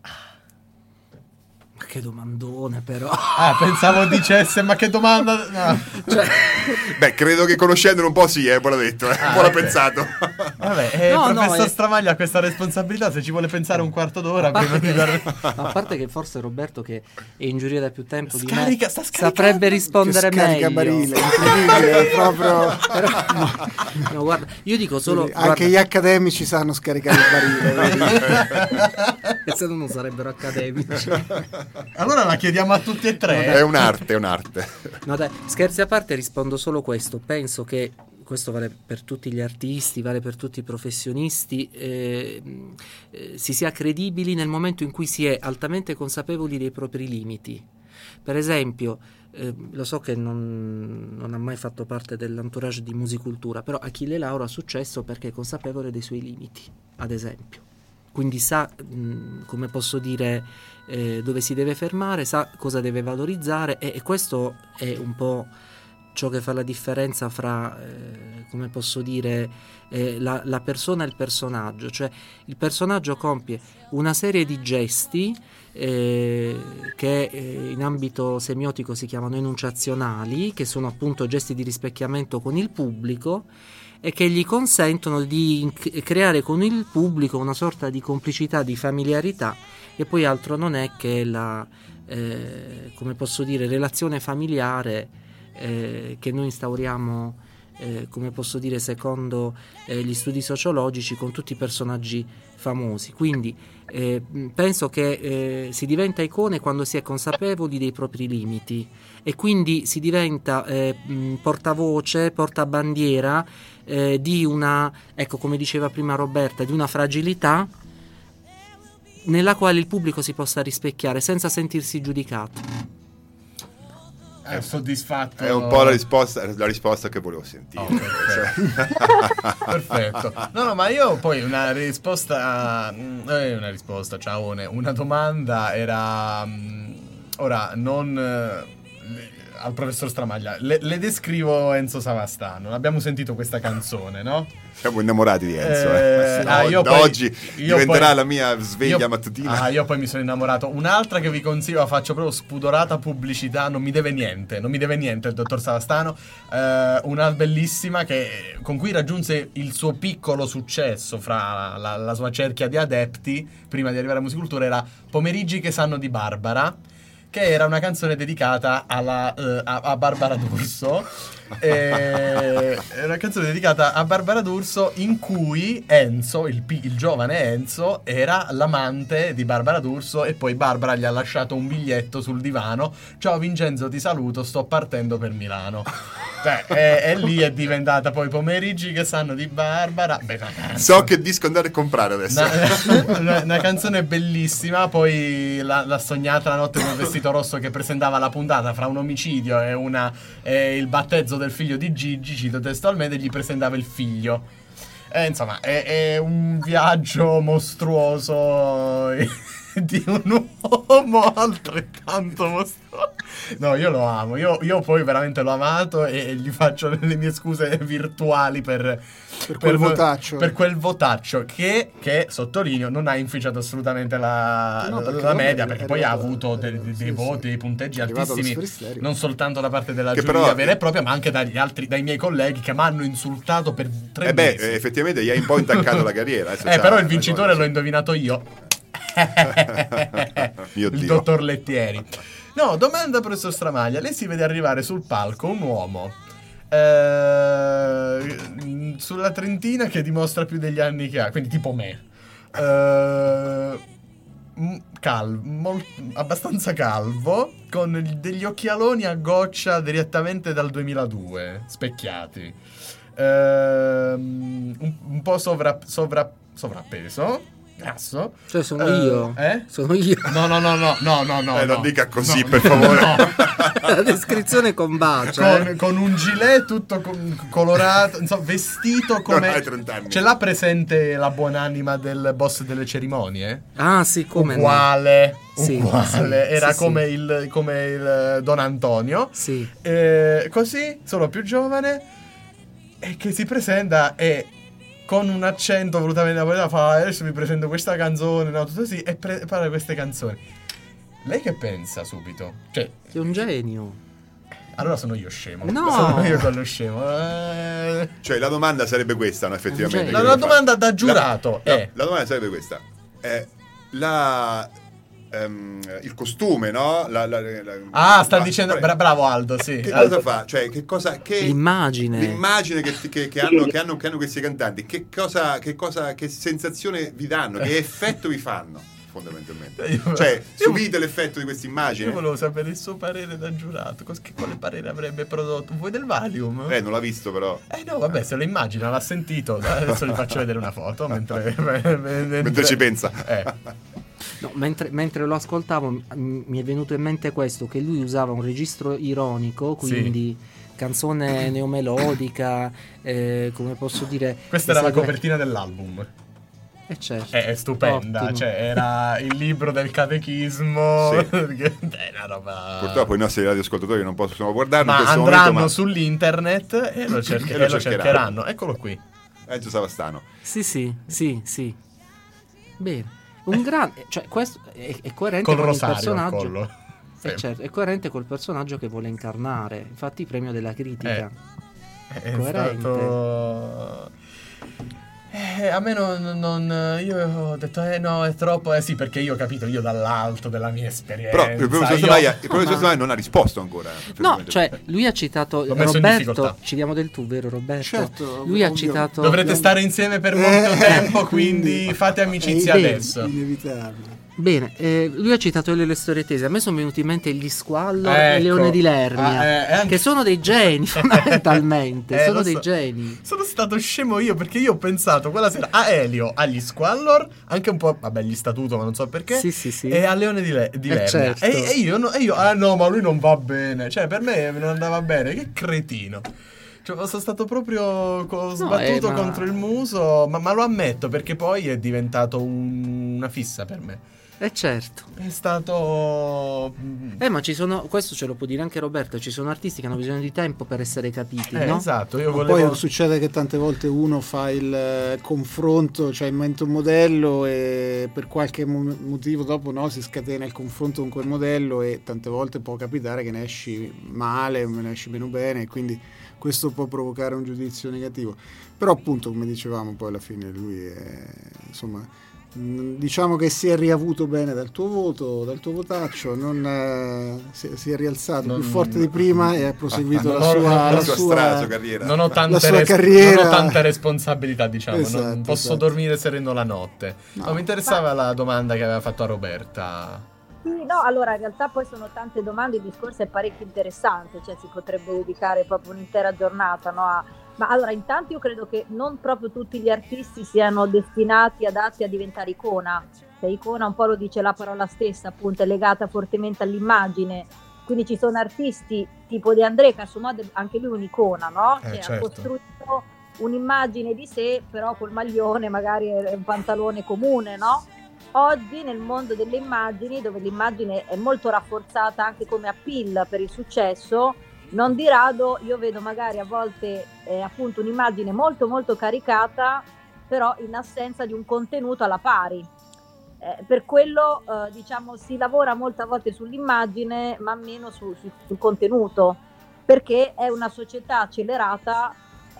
Ma che domandone, però. Pensavo dicesse, ma che domanda. No. Cioè... Beh, credo che conoscendolo un po' sì, un po' l'ha detto, un po' l'ha pensato. Vabbè, professor Stramaglia ha questa responsabilità, se ci vuole pensare un quarto d'ora prima di dare... A parte che forse Roberto, che è in giuria da più tempo di me, saprebbe saprebbe rispondere meglio. Barile, incredibile, proprio... No, guarda, io dico solo... Anche gli accademici sanno scaricare il barile. E se no non sarebbero accademici. Allora la chiediamo a tutti e tre. È un'arte. No dai, scherzi a parte, rispondo solo questo. Penso che questo vale per tutti gli artisti, vale per tutti i professionisti, si sia credibili nel momento in cui si è altamente consapevoli dei propri limiti. Per esempio, lo so che non ha mai fatto parte dell'entourage di Musicultura, però Achille Lauro ha successo perché è consapevole dei suoi limiti, ad esempio. Quindi sa, come posso dire, dove si deve fermare, sa cosa deve valorizzare, e questo è un po' ciò che fa la differenza fra, come posso dire, la persona e il personaggio. Cioè il personaggio compie una serie di gesti che in ambito semiotico si chiamano enunciazionali, che sono appunto gesti di rispecchiamento con il pubblico, e che gli consentono di creare con il pubblico una sorta di complicità, di familiarità, e poi altro non è che la, come posso dire, relazione familiare che noi instauriamo, come posso dire, secondo gli studi sociologici, con tutti i personaggi famosi. Quindi penso che si diventa icone quando si è consapevoli dei propri limiti, e quindi si diventa portavoce, portabandiera di una, ecco, come diceva prima Roberta, di una fragilità nella quale il pubblico si possa rispecchiare senza sentirsi giudicato. È soddisfatto. È un po' la risposta che volevo sentire. Perfetto. No, ma io poi una domanda era ora non al professor Stramaglia. Le descrivo Enzo Savastano. Abbiamo sentito questa canzone, no? Siamo innamorati di Enzo. Oggi diventerà la mia sveglia mattutina. Io poi mi sono innamorato. Un'altra che vi consiglio, la faccio proprio spudorata pubblicità, non mi deve niente il dottor Savastano. Una bellissima con cui raggiunse il suo piccolo successo fra la sua cerchia di adepti prima di arrivare a Musicultura, era Pomeriggi che sanno di Barbara, che era una canzone dedicata a Barbara D'Urso. È una canzone dedicata a Barbara D'Urso, in cui Enzo, il giovane Enzo, era l'amante di Barbara D'Urso, e poi Barbara gli ha lasciato un biglietto sul divano: ciao Vincenzo, ti saluto, sto partendo per Milano. E lì è diventata poi Pomeriggi che sanno di Barbara. So che disco andare a comprare adesso. Una canzone bellissima. Poi l'ha sognata la notte con il vestito rosso, che presentava la puntata fra un omicidio e il battezzo del figlio di Gigi, cito testualmente, gli presentava il figlio. Insomma, è un viaggio mostruoso di un uomo altrettanto mostruoso. No, io lo amo, io poi veramente l'ho amato, e gli faccio le mie scuse virtuali per quel votaccio che sottolineo non ha inficiato assolutamente la media, perché poi ha avuto dei voti, dei punteggi altissimi, non soltanto da parte della giuria vera e propria, ma anche dai miei colleghi, che mi hanno insultato per 3 mesi. Effettivamente gli hai un po' intaccato la carriera. Però il vincitore l'ho indovinato io. Il dottor Lettieri. No, domanda professor Stramaglia. Lei si vede arrivare sul palco un uomo sulla trentina, che dimostra più degli anni che ha, quindi tipo me, abbastanza calvo, con degli occhialoni a goccia direttamente dal 2002, specchiati, un po' sovrappeso, grasso. Cioè sono io. Sono io. No. Non dica così, no, per favore. no. La descrizione combacia. Con un gilet tutto colorato, insomma, vestito come... Non hai 30 anni. Ce l'ha presente la buonanima del boss delle cerimonie? Ah sì, come uguale. no. Sì, Era sì, come, sì. il Don Antonio. Sì. Così, solo più giovane, e che si presenta e con un accento volutamente napoletano fa: adesso vi presento questa canzone, no, tutto così, e parla di queste canzoni. Lei che pensa subito? Cioè, È un genio. allora sono io scemo. No. Sono io quello scemo. Cioè la domanda sarebbe questa, no, effettivamente. La La domanda da giurato è: La domanda sarebbe questa. Il costume, no? sta dicendo, bravo Aldo, sì. Che Aldo. cosa fa? Cioè, L'immagine che hanno questi cantanti, che sensazione vi danno, che effetto vi fanno, fondamentalmente? Cioè, subite l'effetto di questa immagine? Io volevo sapere il suo parere da giurato. Quale parere avrebbe prodotto? Vuoi del Valium? Non l'ha visto, però. No, vabbè, se lo immagina, l'ha sentito. Adesso gli faccio vedere una foto mentre ci pensa. no, mentre lo ascoltavo mi è venuto in mente questo, che lui usava un registro ironico, quindi canzone neomelodica, come posso dire, questa era la copertina dell'album. Certo. È stupenda. Ottimo. Cioè, era il libro del catechismo. Sì. È una roba. Purtroppo i nostri radioascoltatori non possono guardarlo Ma in questo andranno momento, sull'internet e lo cercheranno. Eccolo qui. Gio Savastano. Sì. Bene. Un grande, cioè questo è coerente Col con rosario il personaggio. al collo. Certo, è coerente col personaggio che vuole incarnare. Infatti premio della critica. È coerente. stato... a me non io ho detto no, è troppo, sì, perché io ho capito, io dall'alto della mia esperienza. Però il professor Maia non ha risposto ancora. No, cioè lui ha citato L'ho messo in Roberto, difficoltà. ci diamo del tu, vero Roberto? Certo, Lui ha ovvio. citato Dovrete stare insieme per molto tempo, quindi fate amicizia bene. adesso. Inevitabile. Bene, lui ha citato le storie tese. A me sono venuti in mente gli Squallor Ecco. e Leone di Lermia, anche- che sono dei geni fondamentalmente, sono lo dei so. geni. Sono stato scemo io, perché io ho pensato quella sera a Elio, agli Squallor, anche un po', vabbè, gli Statuto, ma non so perché, Sì. e a Leone di Lermia. Certo. E io, no, ma lui non va bene. Cioè, per me non andava bene. Che cretino. Cioè, sono stato proprio sbattuto contro il muso, ma lo ammetto, perché poi è diventato una fissa per me. Certo. È stato... Ma ci sono, questo ce lo può dire anche Roberto, ci sono artisti che hanno bisogno di tempo per essere capiti, no? Esatto, io Ma volevo... poi succede che tante volte uno fa il confronto, cioè inventa un modello e per qualche motivo dopo si scatena il confronto con quel modello, e tante volte può capitare che ne esci male, ne esci meno bene, e quindi questo può provocare un giudizio negativo. Però appunto, come dicevamo, poi alla fine lui è, insomma, diciamo che si è riavuto bene dal tuo voto, dal tuo votaccio, si è rialzato più forte di prima e ha proseguito la sua carriera. Non ho tante, la sua carriera. Non ho tante responsabilità, diciamo. Esatto, non posso esatto. dormire sereno la notte. No. Mi interessava la domanda che aveva fatto a Roberta. Sì, no, allora in realtà poi sono tante domande, il discorso è parecchio interessante, cioè si potrebbe dedicare proprio un'intera giornata, no, ma allora intanto io credo che non proprio tutti gli artisti siano destinati, adatti a diventare icona. Cioè, icona un po' lo dice la parola stessa, appunto, è legata fortemente all'immagine, quindi ci sono artisti tipo De André, che a suo modo è anche lui un'icona, no? Che certo. ha costruito un'immagine di sé, però col maglione magari è un pantalone comune, no? Oggi nel mondo delle immagini, dove l'immagine è molto rafforzata anche come appeal per il successo, non di rado io vedo magari a volte appunto un'immagine molto molto caricata, però in assenza di un contenuto alla pari. Per quello diciamo si lavora molte volte sull'immagine ma meno sul contenuto, perché è una società accelerata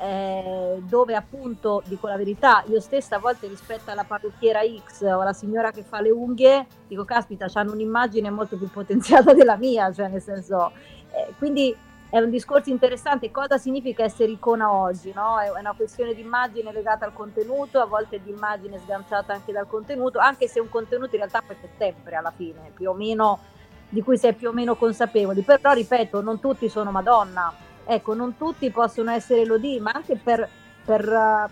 dove appunto, dico la verità, io stessa a volte rispetto alla parrucchiera X o alla signora che fa le unghie dico caspita, hanno un'immagine molto più potenziata della mia, cioè nel senso quindi è un discorso interessante. Cosa significa essere icona oggi, no? È una questione di immagine legata al contenuto, a volte di immagine sganciata anche dal contenuto, anche se un contenuto in realtà poi c'è sempre alla fine, più o meno, di cui si è più o meno consapevoli. Però ripeto, non tutti sono Madonna, ecco, non tutti possono essere Elodie, ma anche per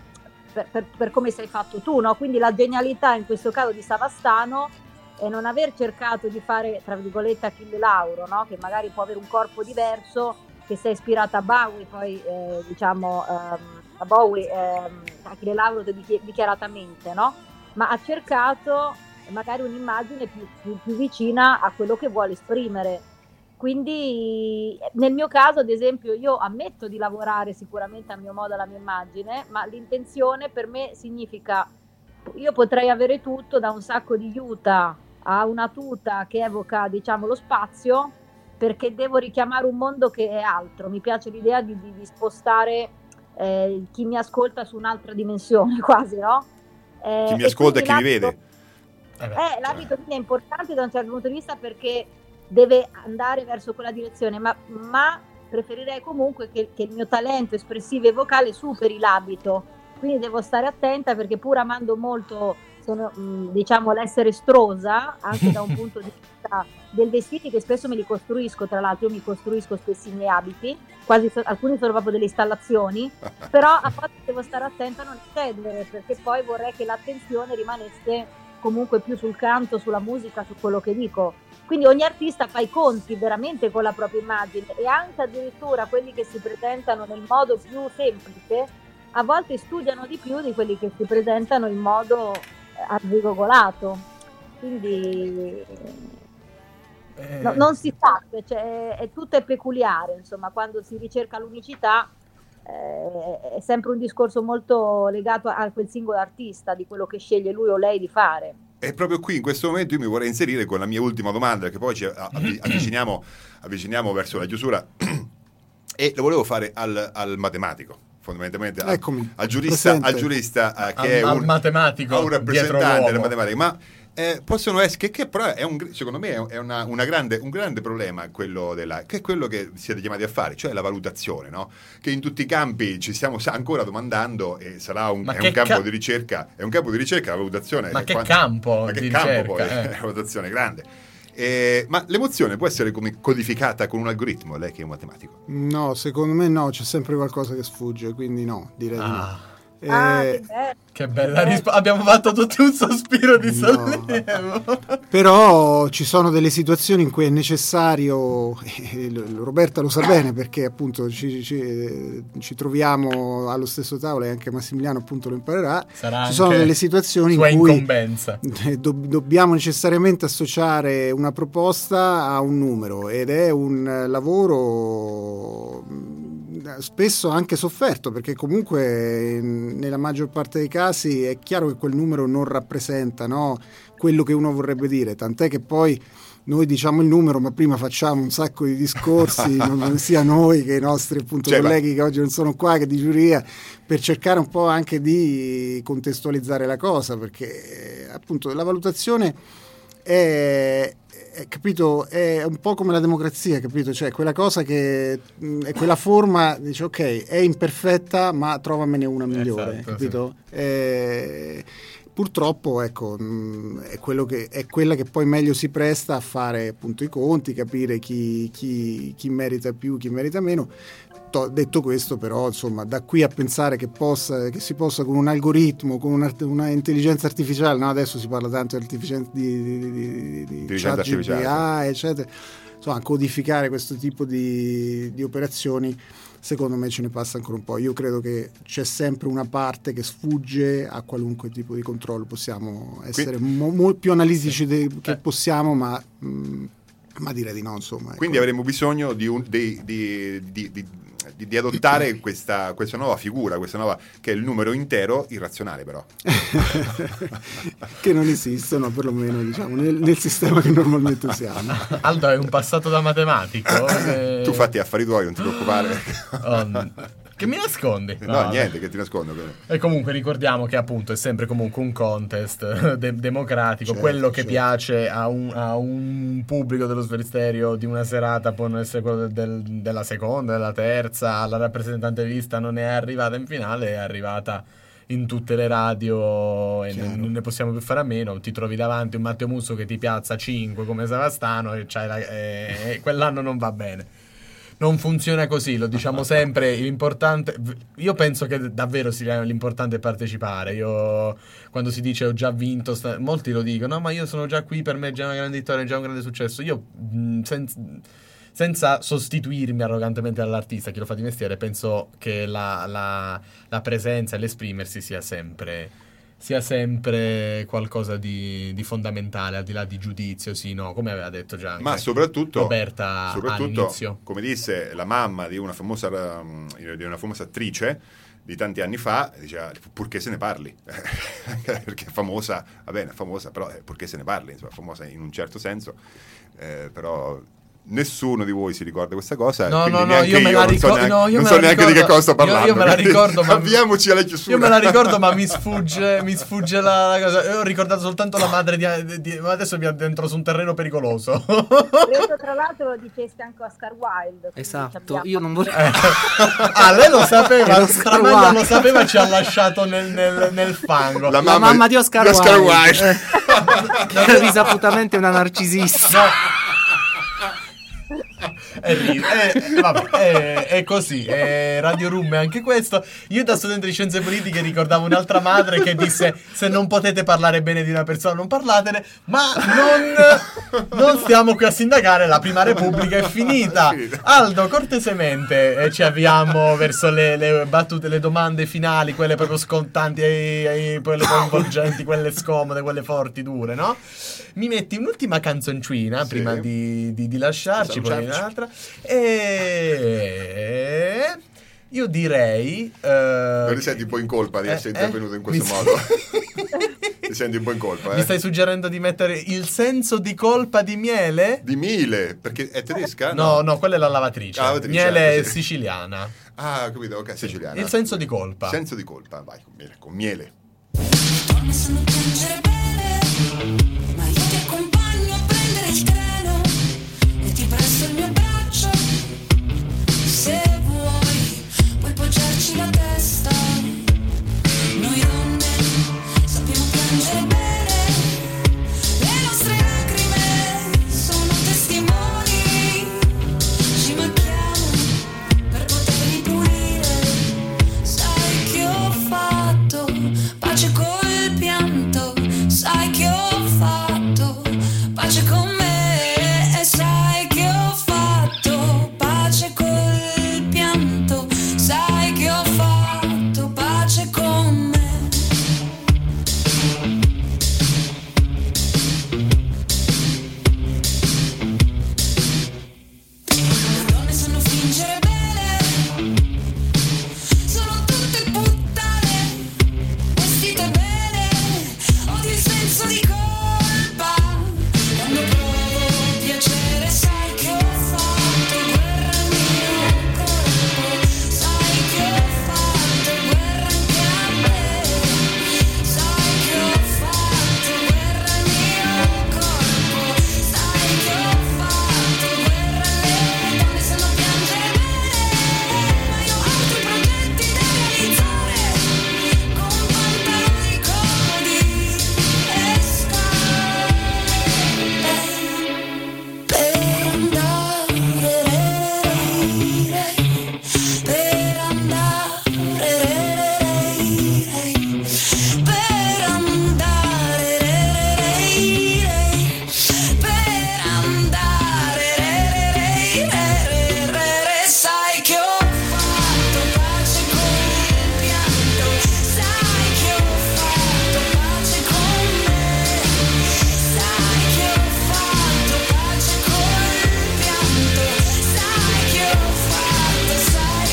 per come sei fatto tu, no? Quindi la genialità in questo caso di Savastano è non aver cercato di fare, tra virgolette, Achille Lauro, no? Che magari può avere un corpo diverso, che si è ispirata a Bowie, poi a Bowie, Achille Lauro dichiaratamente, no? Ma ha cercato magari un'immagine più vicina a quello che vuole esprimere. Quindi nel mio caso, ad esempio, io ammetto di lavorare sicuramente a mio modo alla mia immagine, ma l'intenzione per me significa, io potrei avere tutto, da un sacco di juta a una tuta che evoca, diciamo, lo spazio, perché devo richiamare un mondo che è altro. Mi piace l'idea di spostare chi mi ascolta su un'altra dimensione quasi, no? Chi mi ascolta e chi mi vede. L'abito quindi è importante da un certo punto di vista, perché deve andare verso quella direzione, ma preferirei comunque che il mio talento espressivo e vocale superi l'abito, quindi devo stare attenta, perché pur amando molto diciamo l'essere estrosa anche da un punto di vista del vestiti, che spesso me li costruisco, tra l'altro io mi costruisco spesso i miei abiti, alcuni sono proprio delle installazioni, però a volte devo stare attenta a non eccedere, perché poi vorrei che l'attenzione rimanesse comunque più sul canto, sulla musica, su quello che dico. Quindi ogni artista fa i conti veramente con la propria immagine, e anche addirittura quelli che si presentano nel modo più semplice a volte studiano di più di quelli che si presentano in modo arzigogolato. Quindi non si sa, cioè, tutto è peculiare, insomma, quando si ricerca l'unicità è sempre un discorso molto legato a quel singolo artista, di quello che sceglie lui o lei di fare. E proprio qui in questo momento io mi vorrei inserire con la mia ultima domanda, perché poi ci avviciniamo verso la chiusura, e lo volevo fare al matematico, fondamentalmente al giurista che è un matematico, un rappresentante della matematica, ma possono essere che però secondo me è un grande problema quello che è quello che siete chiamati a fare, cioè la valutazione, no? Che in tutti i campi ci stiamo ancora domandando, e sarà un campo di ricerca, è un campo di ricerca la valutazione. Ma che campo di ricerca? Poi la valutazione è grande. Ma l'emozione può essere codificata con un algoritmo, lei che è un matematico? No, secondo me no, c'è sempre qualcosa che sfugge, quindi no, direi di no. Che bella risposta, abbiamo fatto tutti un sospiro di sollievo. Però ci sono delle situazioni in cui è necessario, Roberta lo sa bene, perché appunto ci troviamo allo stesso tavolo, e anche Massimiliano appunto lo imparerà. Ci sono delle situazioni in cui dobbiamo necessariamente associare una proposta a un numero, ed è un lavoro spesso anche sofferto, perché comunque nella maggior parte dei casi è chiaro che quel numero non rappresenta, no, quello che uno vorrebbe dire, tant'è che poi noi diciamo il numero, ma prima facciamo un sacco di discorsi, non sia noi che i nostri appunto colleghi che oggi non sono qua, che di giuria, per cercare un po' anche di contestualizzare la cosa, perché appunto la valutazione capito, è un po' come la democrazia, capito? Cioè quella cosa che è quella forma, dice ok, è imperfetta, ma trovamene una migliore, esatto, capito? Sì. Purtroppo ecco, è quella che poi meglio si presta a fare appunto i conti, capire chi merita più, chi merita meno. Detto questo, però, insomma, da qui a pensare che si possa con un algoritmo, con una intelligenza artificiale, no? Adesso si parla tanto di ChatGPT, eccetera, insomma, codificare questo tipo di operazioni, secondo me ce ne passa ancora un po'. Io credo che c'è sempre una parte che sfugge a qualunque tipo di controllo. Possiamo essere più analitici che possiamo, ma direi di no, insomma. Quindi ecco. Avremo bisogno di adottare questa nuova figura, questa nuova, che è il numero intero irrazionale, però che non esistono, perlomeno diciamo nel sistema che normalmente usiamo. Aldo, hai un passato da matematico? Tu fatti affari tuoi, non ti preoccupare. Che mi nascondi? No, niente, che ti nascondo. E comunque ricordiamo che appunto è sempre comunque un contest democratico, quello che piace a un pubblico dello Sferisterio di una serata può non essere quello della seconda, della terza, la rappresentante lista non è arrivata in finale, è arrivata in tutte le radio e non ne possiamo più fare a meno. Ti trovi davanti un Matteo Musso che ti piazza 5 come Savastano e quell'anno non va bene. non funziona così, lo diciamo sempre, l'importante, io penso che davvero sia l'importante è partecipare. Io quando si dice ho già vinto, molti lo dicono, no, ma io sono già qui, per me è già una grande vittoria, è già un grande successo. Io senza sostituirmi arrogantemente all'artista, chi lo fa di mestiere, penso che la presenza e l'esprimersi sia sempre qualcosa di fondamentale, al di là di giudizio, sì, no, come aveva detto già anche Ma soprattutto Roberta all'inizio. Come disse la mamma di una famosa attrice di tanti anni fa, diceva purché se ne parli, perché è famosa, va bene, è famosa, però purché se ne parli, insomma, famosa in un certo senso, però nessuno di voi si ricorda questa cosa, no, quindi no, io me la ricordo, non so neanche di che cosa sto parlando. Io me la ricordo, ma avviamoci alla chiusura. Io me la ricordo, ma mi sfugge la cosa. Io ho ricordato soltanto la madre ma adesso mi addentro su un terreno pericoloso. Credo tra l'altro lo diceste anche Oscar Wilde. Esatto, io non vorrei lei lo sapeva, Stramaglia lo sapeva, ci ha lasciato nel fango. La mamma di Oscar Wilde. Che è risaputamente una narcisista. È così, Radio Room è anche questo. Io da studente di scienze politiche ricordavo un'altra madre che disse: se non potete parlare bene di una persona non parlatene, ma non stiamo qui a sindacare, la prima repubblica è finita. Aldo, cortesemente ci avviamo verso le battute, le domande finali, quelle proprio scontanti, quelle coinvolgenti, quelle scomode, quelle forti, dure, no? Mi metti un'ultima canzoncina prima di lasciarci, poi un'altra. E io direi non ti senti un po' in colpa di essere intervenuto in questo modo? Ti senti un po' in colpa? Mi stai suggerendo di mettere Il senso di colpa di Miele? Di Miele, perché è tedesca? No, quella è la lavatrice. Miele è siciliana. Ah, capito, ok, siciliana. Il senso di colpa. Senso di colpa, vai, con miele. Donne sanno piangere bene, ma io ti accompagno a prendere il treno e ti presto il mio braccio. Se vuoi, puoi poggiarci la testa. Noi donne sappiamo piangere bene, le nostre lacrime sono testimoni. Ci macchiamo per poterli pulire. Sai che ho fatto pace col pianto, sai che ho fatto pace con me, e sai che ho fatto pace col pianto, sai che ho fatto pace con me. Le donne sanno fingere bene, sono tutte puttane vestite bene, odio il senso di colpa. Quando provo piacere sai che ho fatto guerra al mio corpo, sai che ho fatto guerra anche a me, sai che ho fatto guerra al mio corpo, sai che ho fatto guerra alle donne sanno piangere bene, ma io ho altri progetti da realizzare, con pantaloni comodi e scarpe per andare, per andare, per andare, per andare, sai che ho fatto pace col pianto, sai che ho fatto pace con me, sai che ho fatto pace col pianto, sai che ho fatto pace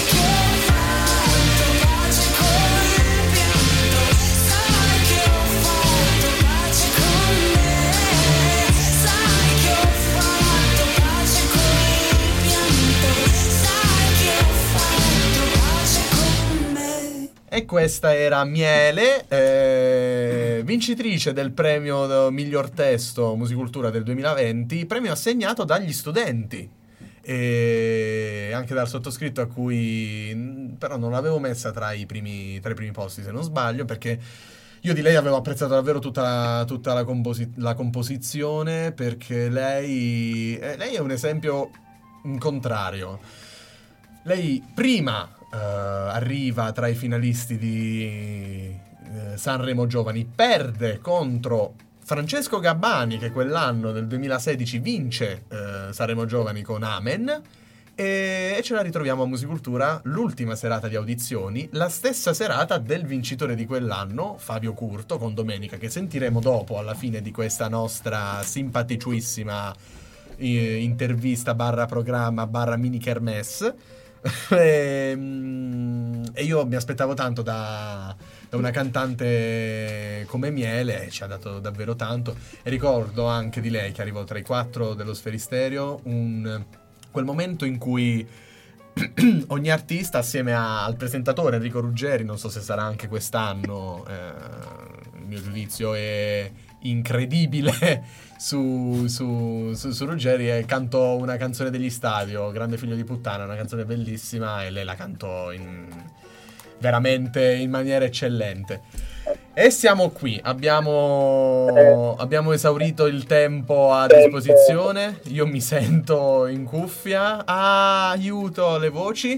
col pianto, sai che ho fatto pace con me, sai che ho fatto pace col pianto, sai che ho fatto pace con me. E questa era Miele, vincitrice del premio miglior testo Musicultura del 2020, premio assegnato dagli studenti e anche dal sottoscritto, a cui però non l'avevo messa tra i primi posti, se non sbaglio, perché io di lei avevo apprezzato davvero tutta la composizione, perché lei è un esempio in contrario. Lei prima arriva tra i finalisti di Sanremo Giovani, perde contro Francesco Gabbani, che quell'anno nel 2016 vince Sanremo Giovani con Amen, e ce la ritroviamo a Musicultura, l'ultima serata di audizioni, la stessa serata del vincitore di quell'anno, Fabio Curto, con Domenica, che sentiremo dopo alla fine di questa nostra simpaticissima intervista / programma / mini kermesse. E io mi aspettavo tanto da una cantante come Miele, ci ha dato davvero tanto, e ricordo anche di lei che arrivò tra i 4 dello Sferisterio, quel momento in cui ogni artista assieme al presentatore Enrico Ruggeri, non so se sarà anche quest'anno, il mio giudizio è incredibile su Ruggeri, cantò una canzone degli Stadio, Grande figlio di puttana, una canzone bellissima, e lei la cantò veramente in maniera eccellente. E siamo qui, abbiamo esaurito il tempo a disposizione, io mi sento in cuffia, aiuto le voci,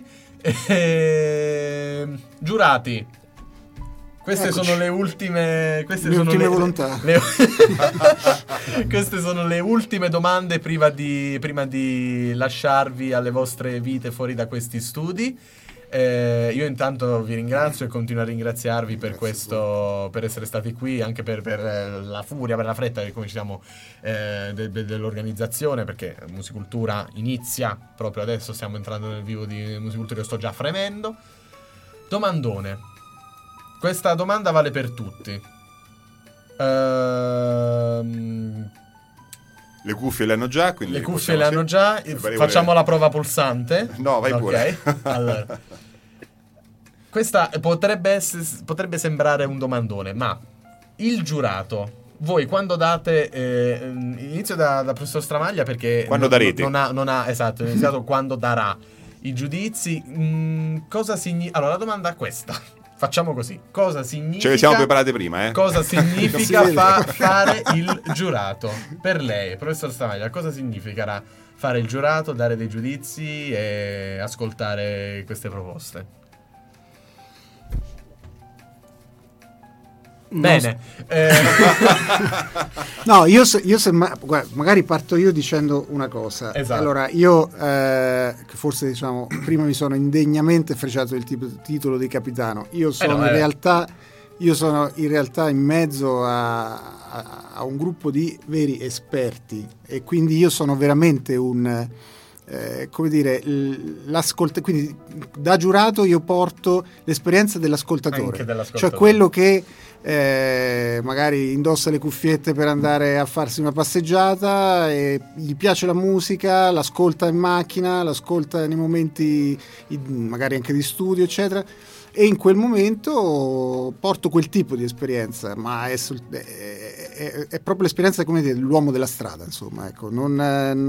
giurati. Queste Eccoci. sono le ultime. Queste Le sono ultime volontà. Queste sono le ultime domande prima di lasciarvi alle vostre vite fuori da questi studi. Io intanto vi ringrazio e continuo a ringraziarvi per questo, per essere stati qui, anche per la furia, per la fretta che come diciamo dell'organizzazione, perché Musicultura inizia proprio adesso, stiamo entrando nel vivo di Musicultura, io sto già fremendo. Domandone. Questa domanda vale per tutti. Le cuffie le hanno già, quindi le cuffie le hanno già. Facciamo la prova pulsante. No, vai pure. Allora, questa potrebbe sembrare un domandone, ma il giurato, voi quando date inizio da professor Stramaglia, perché quando darete? Non ha esatto, è iniziato quando darà i giudizi. Cosa significa? Allora la domanda è questa. Facciamo così. Cosa significa? Ce le siamo preparate prima, Cosa significa fare il giurato? Per lei, professor Stramaglia, cosa significherà fare il giurato, dare dei giudizi e ascoltare queste proposte? Bene. No, guarda, magari parto io dicendo una cosa. Esatto. Allora, io che forse diciamo prima mi sono indegnamente frecciato il titolo di capitano. Io sono in realtà in mezzo a un gruppo di veri esperti, e quindi io sono veramente un come dire, quindi da giurato io porto l'esperienza dell'ascoltatore, cioè quello che magari indossa le cuffiette per andare a farsi una passeggiata e gli piace la musica, l'ascolta in macchina, l'ascolta nei momenti magari anche di studio eccetera, e in quel momento porto quel tipo di esperienza, ma è proprio l'esperienza, come dire, dell'uomo della strada, insomma, ecco, non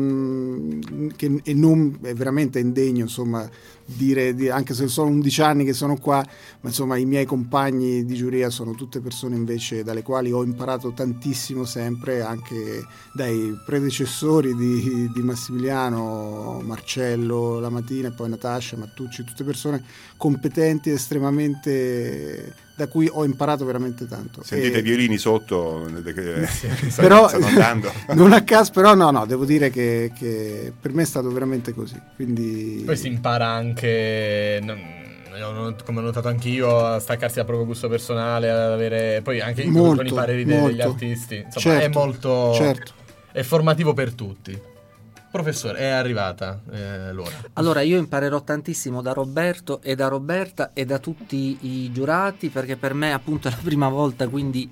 è veramente indegno, insomma, dire anche se sono 11 anni che sono qua, ma insomma i miei compagni di giuria sono tutte persone invece dalle quali ho imparato tantissimo sempre, anche dai predecessori di Massimiliano, Marcello la mattina e poi Natascia, Mattucci, tutte persone competenti, estremamente, da cui ho imparato veramente tanto. Sentite i violini sotto che però stanno andando. Non a caso, però no, devo dire che per me è stato veramente così. Quindi poi si impara anche, come ho notato anch'io, a staccarsi dal proprio gusto personale, ad avere poi anche con i pareri degli artisti. Insomma, certo, è molto è formativo per tutti. Professore, è arrivata l'ora. Allora, io imparerò tantissimo da Roberto e da Roberta e da tutti i giurati, perché per me appunto è la prima volta, quindi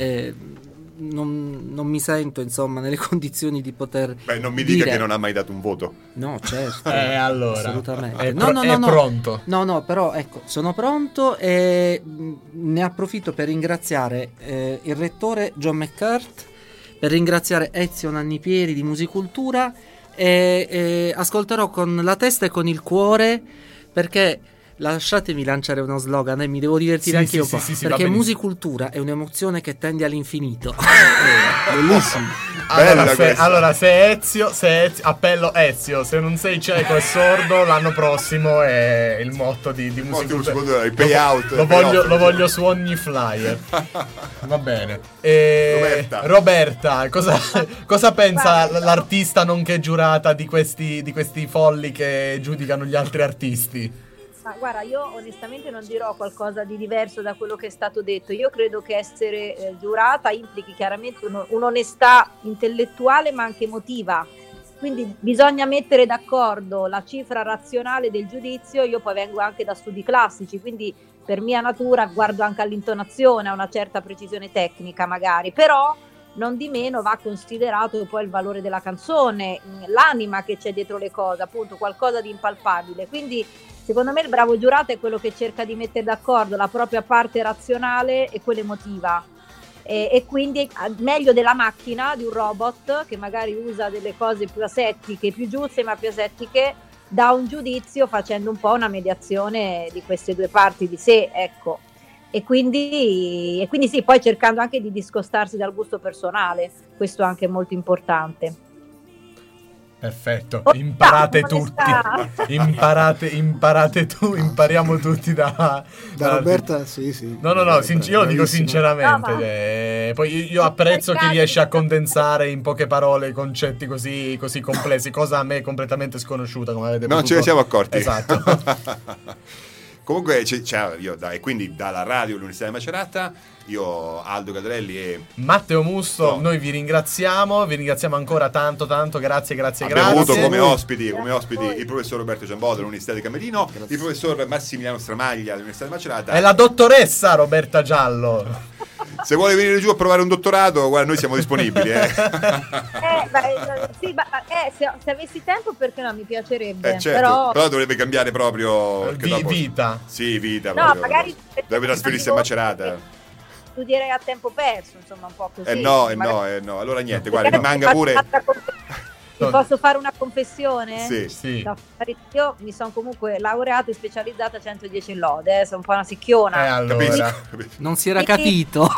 non mi sento insomma nelle condizioni di poter non mi dica che non ha mai dato un voto. No, certo. Allora assolutamente. È pronto. No, però ecco, sono pronto e ne approfitto per ringraziare il rettore John McCart, per ringraziare Ezio Nannipieri di Musicultura, e ascolterò con la testa e con il cuore, perché lasciatemi lanciare uno slogan e mi devo divertire Sì, anche io sì, un po', sì, sì, va perché benissimo. musicultura è un'emozione che tende all'infinito. Bellissimo. Bella Allora, questa. allora, se Ezio, appello Ezio, se non sei cieco e sordo, l'anno prossimo è il motto di Musicultura, il payout. Lo voglio su ogni flyer. Va bene. Roberta, cosa pensa l'artista nonché giurata di questi folli che giudicano gli altri artisti? Ma guarda, io onestamente non dirò qualcosa di diverso da quello che è stato detto. Io credo che essere giurata implichi chiaramente un'onestà intellettuale ma anche emotiva. Quindi bisogna mettere d'accordo la cifra razionale del giudizio. Io poi vengo anche da studi classici, quindi per mia natura guardo anche all'intonazione, a una certa precisione tecnica magari, però non di meno va considerato poi il valore della canzone, l'anima che c'è dietro le cose, appunto qualcosa di impalpabile. Quindi secondo me il bravo giurato è quello che cerca di mettere d'accordo la propria parte razionale e quella emotiva. E quindi meglio della macchina, di un robot che magari usa delle cose più asettiche, più giuste ma più asettiche, dà un giudizio facendo un po' una mediazione di queste due parti di sé, ecco. E quindi sì, poi cercando anche di discostarsi dal gusto personale, questo è anche molto importante. Perfetto, imparate tutti. Impariamo tutti da Roberta, sì. No, io lo dico sinceramente. Poi io apprezzo chi riesce a condensare in poche parole concetti così complessi, cosa a me completamente sconosciuta, come avete Non ce ne siamo accorti. Esatto. Comunque, e quindi dalla radio L'Università di Macerata, io, Aldo Cadrelli e Matteo Musto, noi vi ringraziamo ancora tanto, grazie. Abbiamo avuto come ospiti il professor Roberto Giambò dell'Università di Camerino, il professor Massimiliano Stramaglia dell'Università di Macerata e la dottoressa Roberta Giallo. Se vuole venire giù a provare un dottorato, guarda, noi siamo disponibili. Se avessi tempo, perché no, mi piacerebbe. Certo, però dovrebbe cambiare proprio vita. Sì, vita. No, proprio. magari dovrebbe trasferirsi a Macerata. Studierei a tempo perso, insomma, un po' così. No. Allora niente, guarda, rimanga pure. Ti posso fare una confessione? Sì. Io mi sono comunque laureata e specializzata 110 in lode, sono un po' una sicchiona. Allora. Non si era capito.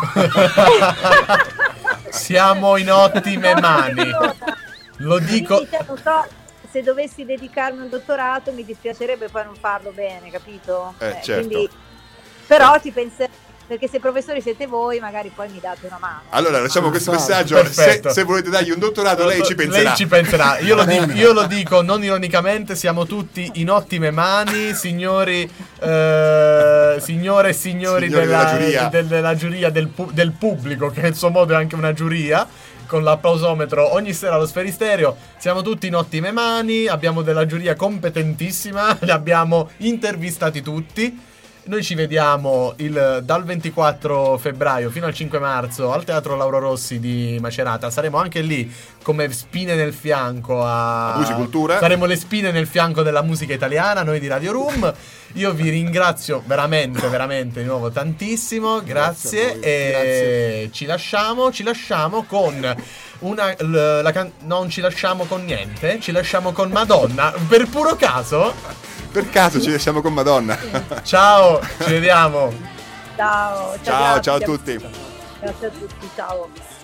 Siamo in ottime mani. Lo dico. Quindi, non so, se dovessi dedicarmi a un dottorato mi dispiacerebbe poi non farlo bene, capito? Certo. Quindi, però ci penserei, perché se professori siete voi magari poi mi date una mano. Allora lasciamo questo messaggio. Se volete dargli un dottorato, lei ci penserà. Io lo dico non ironicamente, siamo tutti in ottime mani, signore e signori della giuria del pubblico, che a suo modo è anche una giuria, con l'applausometro ogni sera allo Sferistereo. Siamo tutti in ottime mani, abbiamo della giuria competentissima, li abbiamo intervistati tutti. Noi ci vediamo dal 24 febbraio fino al 5 marzo al Teatro Lauro Rossi di Macerata. Saremo anche lì come spine nel fianco a Musicultura. Saremo le spine nel fianco della musica italiana, noi di Radio Room. Io vi ringrazio veramente di nuovo tantissimo. Grazie. E ci lasciamo con non ci lasciamo con niente, ci lasciamo con Madonna, per puro caso. Per caso ci lasciamo con Madonna. Ciao, ci vediamo. Ciao a tutti. Grazie a tutti, ciao.